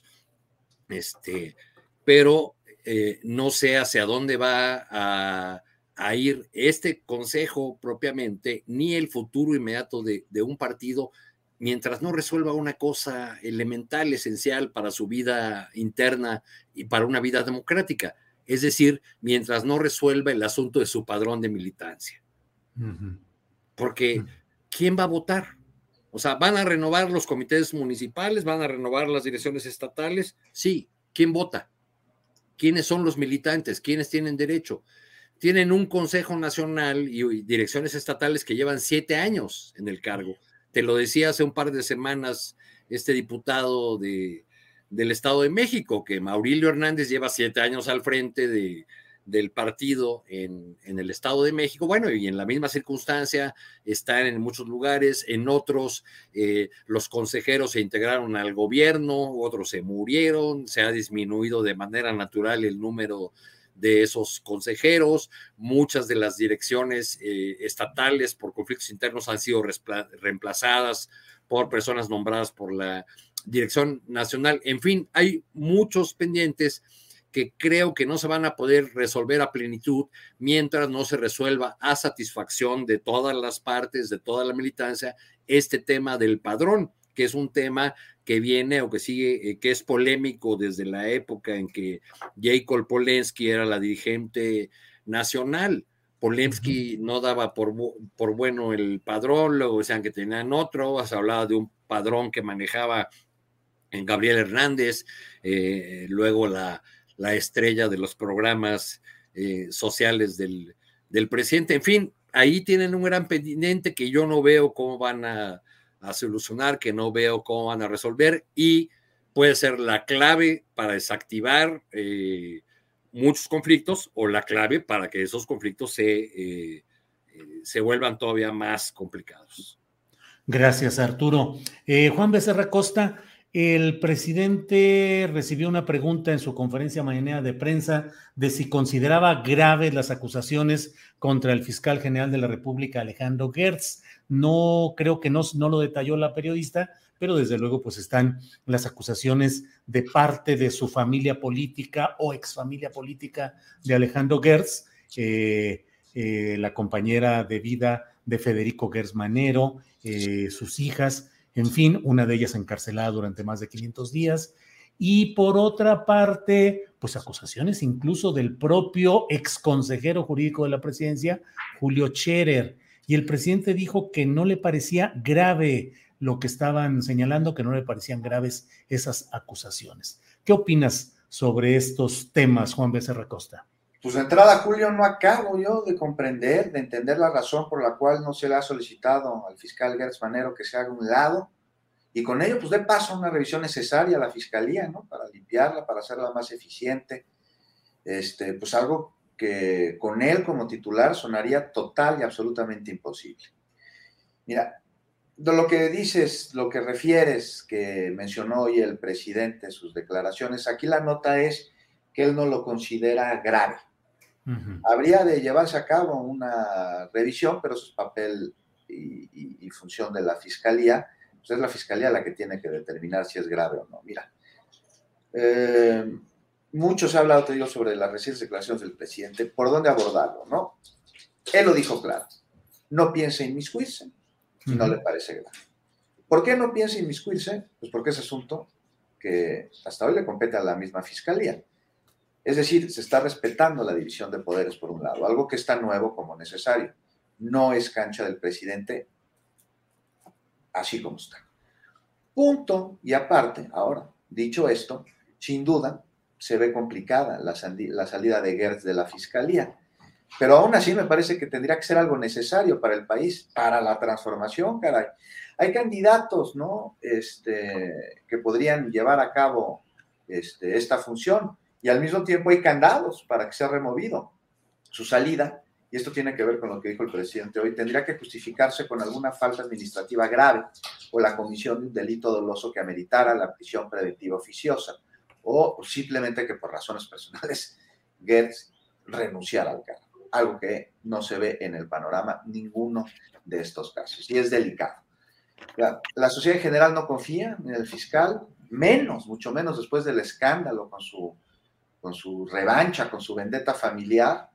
este, pero Eh, no sé hacia dónde va a, a ir este consejo propiamente, ni el futuro inmediato de, de un partido, mientras no resuelva una cosa elemental, esencial para su vida interna y para una vida democrática. Es decir, mientras no resuelva el asunto de su padrón de militancia. Uh-huh. Porque, ¿quién va a votar? O sea, ¿van a renovar los comités municipales? ¿Van a renovar las direcciones estatales? Sí. ¿Quién vota? ¿Quiénes son los militantes? ¿Quiénes tienen derecho? Tienen un Consejo Nacional y direcciones estatales que llevan siete años en el cargo. Te lo decía hace un par de semanas este diputado de, del Estado de México, que Maurilio Hernández lleva siete años al frente de, del partido en, en el Estado de México. Bueno, y en la misma circunstancia están en muchos lugares, en otros eh, los consejeros se integraron al gobierno, otros se murieron, se ha disminuido de manera natural el número de esos consejeros, muchas de las direcciones eh, estatales por conflictos internos han sido reemplazadas por personas nombradas por la Dirección Nacional. En fin, hay muchos pendientes que creo que no se van a poder resolver a plenitud mientras no se resuelva a satisfacción de todas las partes, de toda la militancia, este tema del padrón, que es un tema que viene o que sigue, eh, que es polémico desde la época en que Jacob Polensky era la dirigente nacional. Polensky uh-huh. no daba por, por bueno el padrón, luego decían que tenían otro, se hablaba de un padrón que manejaba en Gabriel Hernández, eh, luego la, la estrella de los programas eh, sociales del, del presidente. En fin, ahí tienen un gran pendiente que yo no veo cómo van a, a solucionar, que no veo cómo van a resolver, y puede ser la clave para desactivar eh, muchos conflictos o la clave para que esos conflictos se, eh, eh, se vuelvan todavía más complicados. Gracias, Arturo. Eh, Juan Becerra Costa, el presidente recibió una pregunta en su conferencia mañanera de prensa de si consideraba graves las acusaciones contra el fiscal general de la República, Alejandro Gertz. No, creo que no, no lo detalló la periodista, pero desde luego pues están las acusaciones de parte de su familia política o exfamilia política de Alejandro Gertz, eh, eh, la compañera de vida de Federico Gertz Manero, eh, sus hijas, en fin, una de ellas encarcelada durante más de quinientos días, y por otra parte, pues acusaciones incluso del propio exconsejero jurídico de la presidencia, Julio Scherer, y el presidente dijo que no le parecía grave lo que estaban señalando, que no le parecían graves esas acusaciones. ¿Qué opinas sobre estos temas, Juan Becerra Costa? Pues de entrada, Julio, no acabo yo de comprender, de entender la razón por la cual no se le ha solicitado al fiscal Gertz Manero que se haga un lado, y con ello pues dé paso a una revisión necesaria a la fiscalía, ¿no? Para limpiarla, para hacerla más eficiente, este, pues algo que con él como titular sonaría total y absolutamente imposible. Mira, de lo que dices, lo que refieres, que mencionó hoy el presidente, sus declaraciones, aquí la nota es que él no lo considera grave. Uh-huh. Habría de llevarse a cabo una revisión, pero eso es papel y, y, y función de la fiscalía. Pues es la fiscalía la que tiene que determinar si es grave o no. Mira, eh, mucho se ha hablado, te digo, sobre las recientes declaraciones del presidente. ¿Por dónde abordarlo, no? Él lo dijo claro. No piense inmiscuirse si uh-huh. no le parece grave. ¿Por qué no piensa inmiscuirse? Pues porque es asunto que hasta hoy le compete a la misma fiscalía. Es decir, se está respetando la división de poderes por un lado, algo que está nuevo como necesario. No es cancha del presidente así como está. Punto y aparte, ahora, dicho esto, sin duda se ve complicada la, sandi- la salida de Gertz de la fiscalía, pero aún así me parece que tendría que ser algo necesario para el país, para la transformación, caray. Hay candidatos, ¿no? Este, que podrían llevar a cabo este, esta función, y al mismo tiempo hay candados para que sea removido. Su salida, y esto tiene que ver con lo que dijo el presidente hoy, tendría que justificarse con alguna falta administrativa grave o la comisión de un delito doloso que ameritara la prisión preventiva oficiosa, o simplemente que por razones personales Gertz renunciara al cargo, algo que no se ve en el panorama ninguno de estos casos, y es delicado. La, la sociedad en general no confía en el fiscal, menos, mucho menos después del escándalo con su, con su revancha, con su vendetta familiar.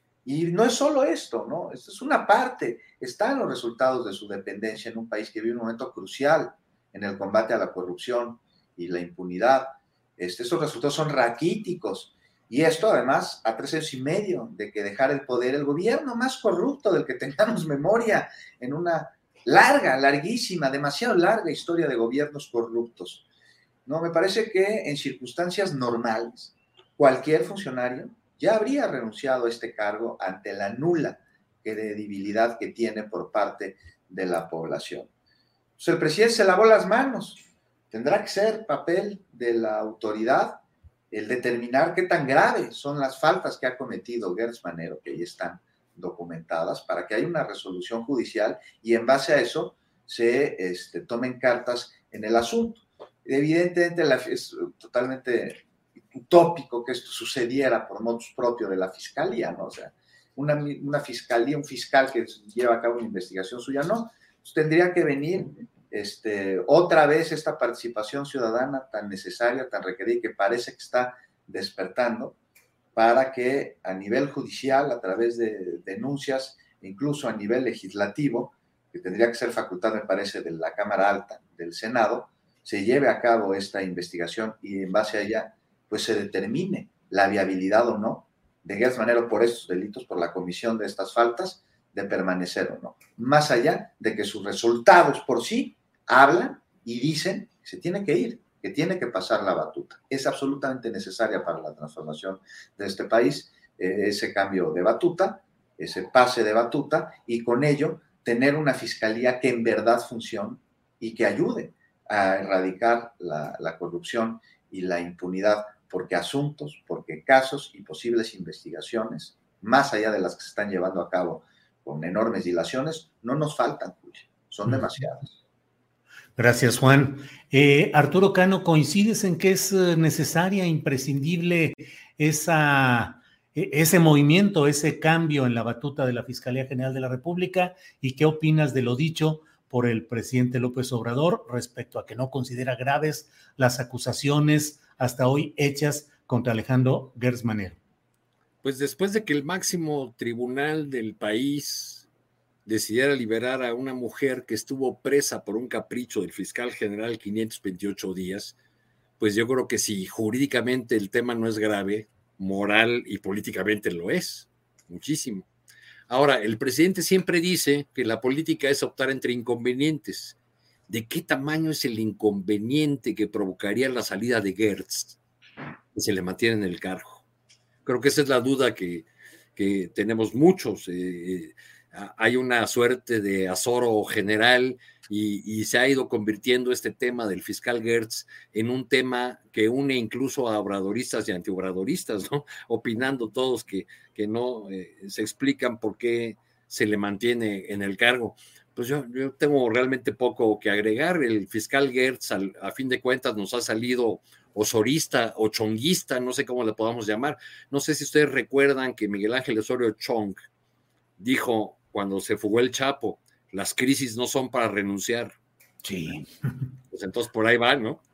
Y no es solo esto, ¿no? Esto es una parte. Están los resultados de su dependencia en un país que vive un momento crucial en el combate a la corrupción y la impunidad. Este, estos resultados son raquíticos. Y esto, además, a tres años y medio de que dejara el poder el gobierno más corrupto del que tengamos memoria en una larga, larguísima, demasiado larga historia de gobiernos corruptos. No, me parece que en circunstancias normales, cualquier funcionario ya habría renunciado a este cargo ante la nula credibilidad que tiene por parte de la población. Pues el presidente se lavó las manos. Tendrá que ser papel de la autoridad el determinar qué tan graves son las faltas que ha cometido Gertz Manero, que ahí están documentadas, para que haya una resolución judicial y en base a eso se este, tomen cartas en el asunto. Evidentemente la, es totalmente utópico que esto sucediera por motus propio de la fiscalía, ¿no? O sea, una, una fiscalía, un fiscal que lleva a cabo una investigación suya, no, pues tendría que venir este, otra vez esta participación ciudadana tan necesaria, tan requerida, que parece que está despertando, para que a nivel judicial, a través de denuncias, incluso a nivel legislativo, que tendría que ser facultad, me parece, de la Cámara Alta del Senado, se lleve a cabo esta investigación y en base a ella pues se determine la viabilidad o no de Gertz Manero por estos delitos, por la comisión de estas faltas, de permanecer o no. Más allá de que sus resultados por sí hablan y dicen que se tiene que ir, que tiene que pasar la batuta. Es absolutamente necesaria para la transformación de este país eh, ese cambio de batuta, ese pase de batuta, y con ello tener una fiscalía que en verdad funcione y que ayude a erradicar la, la corrupción y la impunidad, porque asuntos, porque casos y posibles investigaciones, más allá de las que se están llevando a cabo con enormes dilaciones, no nos faltan, Julio, son demasiadas. Gracias, Juan. Eh, Arturo Cano, ¿coincides en que es necesaria, imprescindible esa, ese movimiento, ese cambio en la batuta de la Fiscalía General de la República? ¿Y qué opinas de lo dicho por el presidente López Obrador respecto a que no considera graves las acusaciones hasta hoy hechas contra Alejandro Gertz Manero? Pues después de que el máximo tribunal del país decidiera liberar a una mujer que estuvo presa por un capricho del fiscal general quinientos veintiocho días, pues yo creo que si jurídicamente el tema no es grave, moral y políticamente lo es, muchísimo. Ahora, el presidente siempre dice que la política es optar entre inconvenientes. ¿De qué tamaño es el inconveniente que provocaría la salida de Gertz que se le mantiene en el cargo? Creo que esa es la duda que, que tenemos muchos. Eh, hay una suerte de azoro general y, y se ha ido convirtiendo este tema del fiscal Gertz en un tema que une incluso a obradoristas y antiobradoristas, ¿no? Opinando todos que, que no eh, se explican por qué se le mantiene en el cargo. Pues yo, yo tengo realmente poco que agregar. El fiscal Gertz, al, a fin de cuentas, nos ha salido osorista o chonguista, no sé cómo le podamos llamar. No sé si ustedes recuerdan que Miguel Ángel Osorio Chong dijo cuando se fugó el Chapo, las crisis no son para renunciar. Sí. Pues entonces por ahí va, ¿no?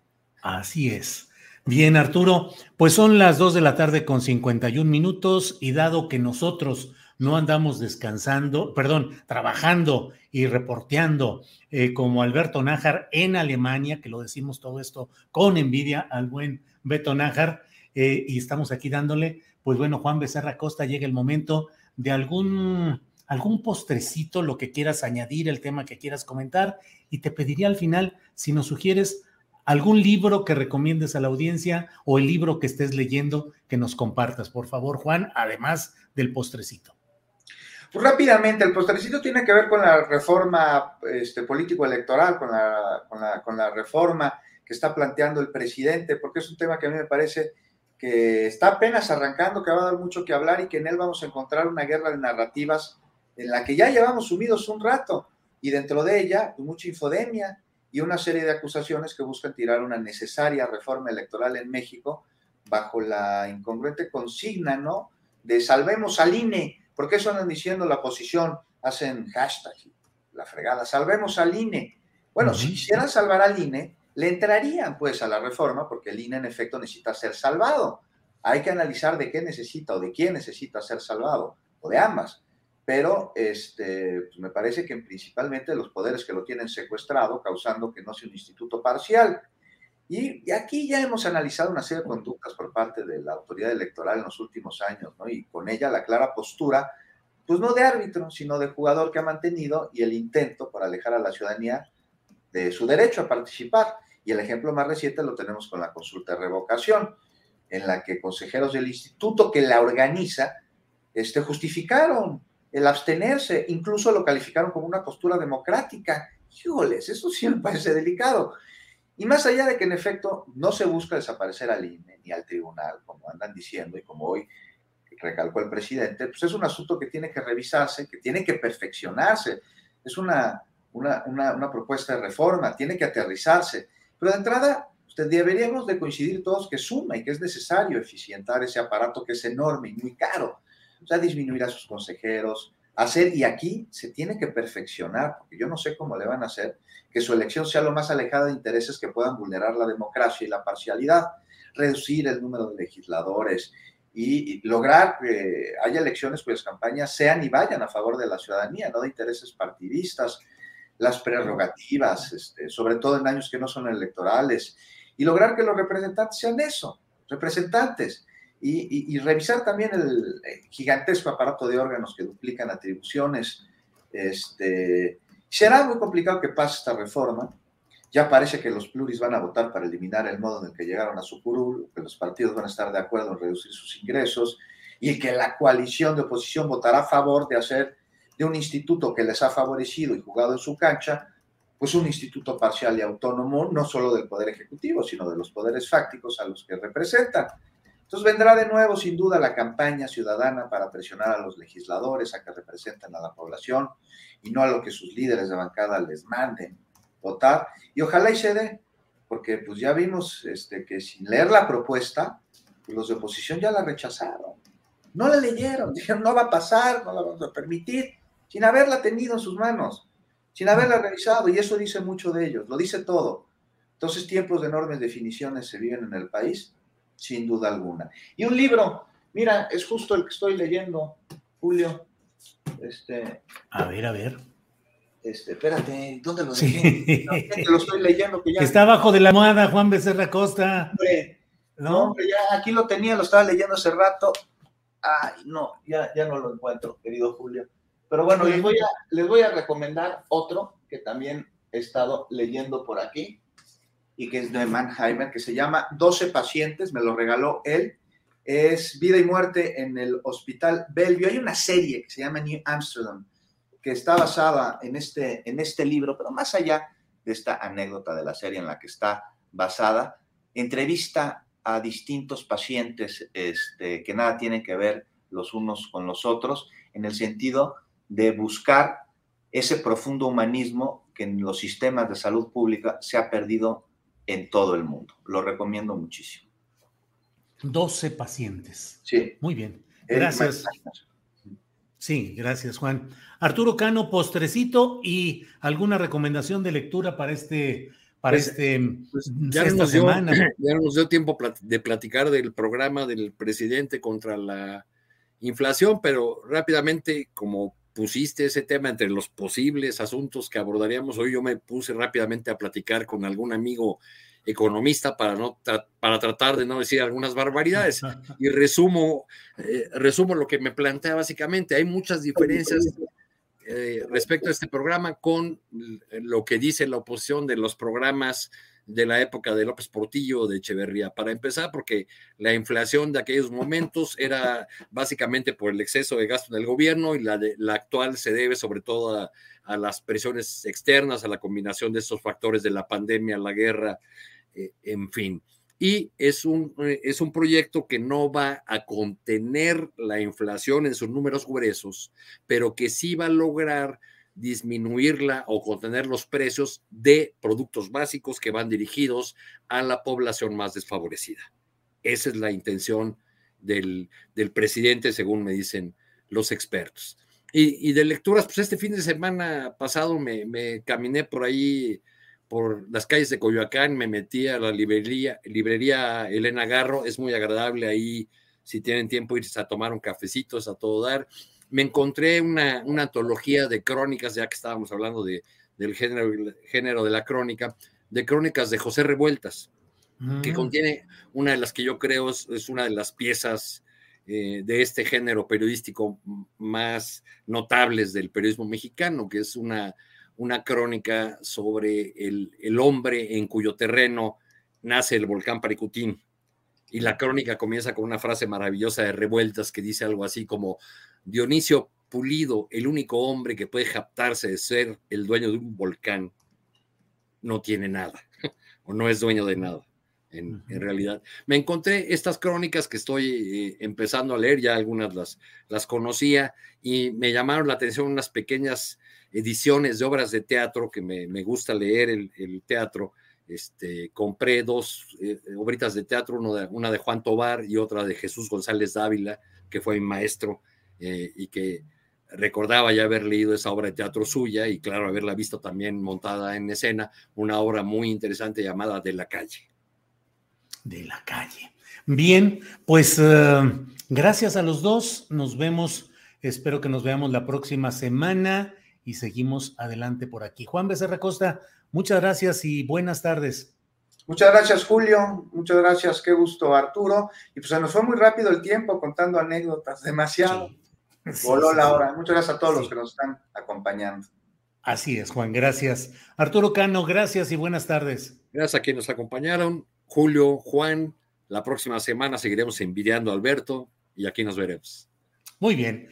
Así es. Bien, Arturo, pues son las dos de la tarde con cincuenta y un minutos y dado que nosotros no andamos descansando, perdón, trabajando y reporteando eh, como Alberto Nájar en Alemania, que lo decimos todo esto con envidia al buen Beto Nájar, eh, y estamos aquí dándole, pues bueno, Juan Becerra Costa, llega el momento de algún, algún postrecito, lo que quieras añadir, el tema que quieras comentar, y te pediría al final si nos sugieres algún libro que recomiendes a la audiencia o el libro que estés leyendo que nos compartas, por favor, Juan, además del postrecito. Pues rápidamente, el postrecito tiene que ver con la reforma este, político-electoral, con la, con, la, con la reforma que está planteando el presidente, porque es un tema que a mí me parece que está apenas arrancando, que va a dar mucho que hablar y que en él vamos a encontrar una guerra de narrativas en la que ya llevamos sumidos un rato y dentro de ella pues, mucha infodemia y una serie de acusaciones que buscan tirar una necesaria reforma electoral en México bajo la incongruente consigna, ¿no?, de salvemos al I N E. ¿Por qué eso andan diciendo la oposición? Hacen hashtag, la fregada, salvemos al I N E. Bueno, uh-huh. Si quisieran salvar al I N E, le entrarían pues a la reforma, porque el I N E en efecto necesita ser salvado. Hay que analizar de qué necesita o de quién necesita ser salvado, o de ambas. Pero este, pues me parece que principalmente los poderes que lo tienen secuestrado, causando que no sea un instituto parcial. Y, y aquí ya hemos analizado una serie de conductas por parte de la autoridad electoral en los últimos años, ¿no? Y con ella la clara postura, pues no de árbitro, sino de jugador que ha mantenido y el intento por alejar a la ciudadanía de su derecho a participar. Y el ejemplo más reciente lo tenemos con la consulta de revocación, en la que consejeros del instituto que la organiza este, justificaron el abstenerse, incluso lo calificaron como una postura democrática. Híjoles, eso sí me parece delicado. Y más allá de que en efecto no se busca desaparecer al I N E ni al tribunal, como andan diciendo y como hoy recalcó el presidente, pues es un asunto que tiene que revisarse, que tiene que perfeccionarse. Es una, una, una, una propuesta de reforma, tiene que aterrizarse. Pero de entrada, usted, deberíamos de coincidir todos que suma y que es necesario eficientar ese aparato que es enorme y muy caro. O sea, disminuir a sus consejeros, hacer, y aquí se tiene que perfeccionar, porque yo no sé cómo le van a hacer, que su elección sea lo más alejada de intereses que puedan vulnerar la democracia y la parcialidad, reducir el número de legisladores y, y lograr que haya elecciones cuyas campañas sean y vayan a favor de la ciudadanía, no de intereses partidistas. las prerrogativas, este, sobre todo en años que no son electorales, y lograr que los representantes sean eso, representantes, y, y, y revisar también el gigantesco aparato de órganos que duplican atribuciones. Este, será muy complicado que pase esta reforma. Ya parece que los pluris van a votar para eliminar el modo en el que llegaron a su curul, que los partidos van a estar de acuerdo en reducir sus ingresos y que la coalición de oposición votará a favor de hacer de un instituto que les ha favorecido y jugado en su cancha, pues un instituto parcial y autónomo, no solo del Poder Ejecutivo, sino de los poderes fácticos a los que representan. Entonces vendrá de nuevo, sin duda, la campaña ciudadana para presionar a los legisladores a que representen a la población y no a lo que sus líderes de bancada les manden votar, y ojalá y se dé, porque pues ya vimos este, que sin leer la propuesta, pues los de oposición ya la rechazaron, no la leyeron, dijeron no va a pasar, no la vamos a permitir, sin haberla tenido en sus manos, sin haberla revisado, y eso dice mucho de ellos, lo dice todo. Entonces tiempos de enormes definiciones se viven en el país, sin duda alguna. Y un libro, mira, es justo el que estoy leyendo, Julio. Este, a ver, a ver. Este, espérate, ¿dónde lo dejé? Sí. No, lo estoy leyendo. Que ya... Está abajo de la almohada, Juan Becerra Costa. Hombre, ¿no? no, hombre, ya aquí lo tenía, lo estaba leyendo hace rato. Ay, no, ya, ya no lo encuentro, querido Julio. Pero bueno, les voy, a, les voy a recomendar otro que también he estado leyendo por aquí y que es de Mannheimer, que se llama doce pacientes, me lo regaló él. Es Vida y Muerte en el Hospital Bellevue. Hay una serie que se llama New Amsterdam, que está basada en este, en este libro, pero más allá de esta anécdota de la serie en la que está basada, entrevista a distintos pacientes este, que nada tienen que ver los unos con los otros, en el sentido de buscar ese profundo humanismo que en los sistemas de salud pública se ha perdido en todo el mundo. Lo recomiendo muchísimo. doce pacientes. Sí. Muy bien. Gracias. Sí, gracias, Juan. Arturo Cano, postrecito y alguna recomendación de lectura para este, para pues, este pues ya esta nos dio, semana. Ya nos dio tiempo de platicar del programa del presidente contra la inflación, pero rápidamente, como pusiste ese tema entre los posibles asuntos que abordaríamos hoy, yo me puse rápidamente a platicar con algún amigo economista para, no tra- para tratar de no decir algunas barbaridades. Y resumo, eh, resumo lo que me plantea básicamente. Hay muchas diferencias eh, respecto a este programa con lo que dice la oposición de los programas de la época de López Portillo o de Echeverría. Para empezar, porque la inflación de aquellos momentos era básicamente por el exceso de gasto del gobierno y la, de, la actual se debe sobre todo a, a las presiones externas, a la combinación de estos factores de la pandemia, la guerra, eh, en fin. Y es un, es un proyecto que no va a contener la inflación en sus números gruesos, pero que sí va a lograr disminuirla o contener los precios de productos básicos que van dirigidos a la población más desfavorecida. Esa es la intención del, del presidente, según me dicen los expertos. Y, y de lecturas, pues este fin de semana pasado me, me caminé por ahí, por las calles de Coyoacán, me metí a la librería, librería Elena Garro, es muy agradable ahí, si tienen tiempo, irse a tomar un cafecito, es a todo dar. Me encontré una, una antología de crónicas, ya que estábamos hablando de, del género, género de la crónica, de crónicas de José Revueltas, mm. que contiene una de las que yo creo es, es una de las piezas eh, de este género periodístico más notables del periodismo mexicano, que es una, una crónica sobre el, el hombre en cuyo terreno nace el volcán Paricutín. Y la crónica comienza con una frase maravillosa de Revueltas que dice algo así como: Dionisio Pulido, el único hombre que puede jactarse de ser el dueño de un volcán, no tiene nada, o no es dueño de nada, en, en realidad. Me encontré estas crónicas que estoy eh, empezando a leer, ya algunas las, las conocía, y me llamaron la atención unas pequeñas ediciones de obras de teatro, que me, me gusta leer el, el teatro. Este, compré dos eh, obritas de teatro, uno de, una de Juan Tobar y otra de Jesús González Dávila, que fue mi maestro, eh, y que recordaba ya haber leído esa obra de teatro suya y claro, haberla visto también montada en escena, una obra muy interesante llamada De la Calle. De la Calle. Bien, pues uh, gracias a los dos, nos vemos, espero que nos veamos la próxima semana y seguimos adelante por aquí. Juan Becerra Costa, muchas gracias y buenas tardes. Muchas gracias, Julio. Muchas gracias. Qué gusto, Arturo. Y pues se nos fue muy rápido el tiempo contando anécdotas. Demasiado. Sí. Voló sí, la hora. Muchas gracias a todos sí. los que nos están acompañando. Así es, Juan. Gracias. Arturo Cano, gracias y buenas tardes. Gracias a quienes nos acompañaron. Julio, Juan. La próxima semana seguiremos envidiando a Alberto y aquí nos veremos. Muy bien.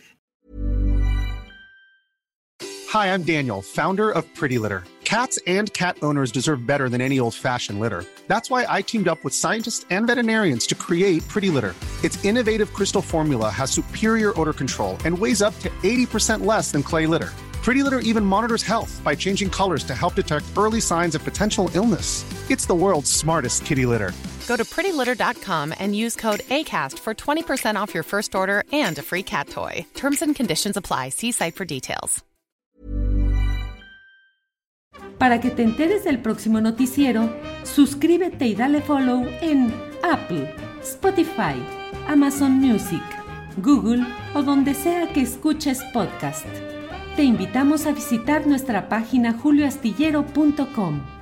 Hi, I'm Daniel, founder of Pretty Litter. Cats and cat owners deserve better than any old-fashioned litter. That's why I teamed up with scientists and veterinarians to create Pretty Litter. Its innovative crystal formula has superior odor control and weighs up to eighty percent less than clay litter. Pretty Litter even monitors health by changing colors to help detect early signs of potential illness. It's the world's smartest kitty litter. Go to pretty litter dot com and use code ACAST for twenty percent off your first order and a free cat toy. Terms and conditions apply. See site for details. Para que te enteres del próximo noticiero, suscríbete y dale follow en Apple, Spotify, Amazon Music, Google o donde sea que escuches podcast. Te invitamos a visitar nuestra página julio astillero punto com.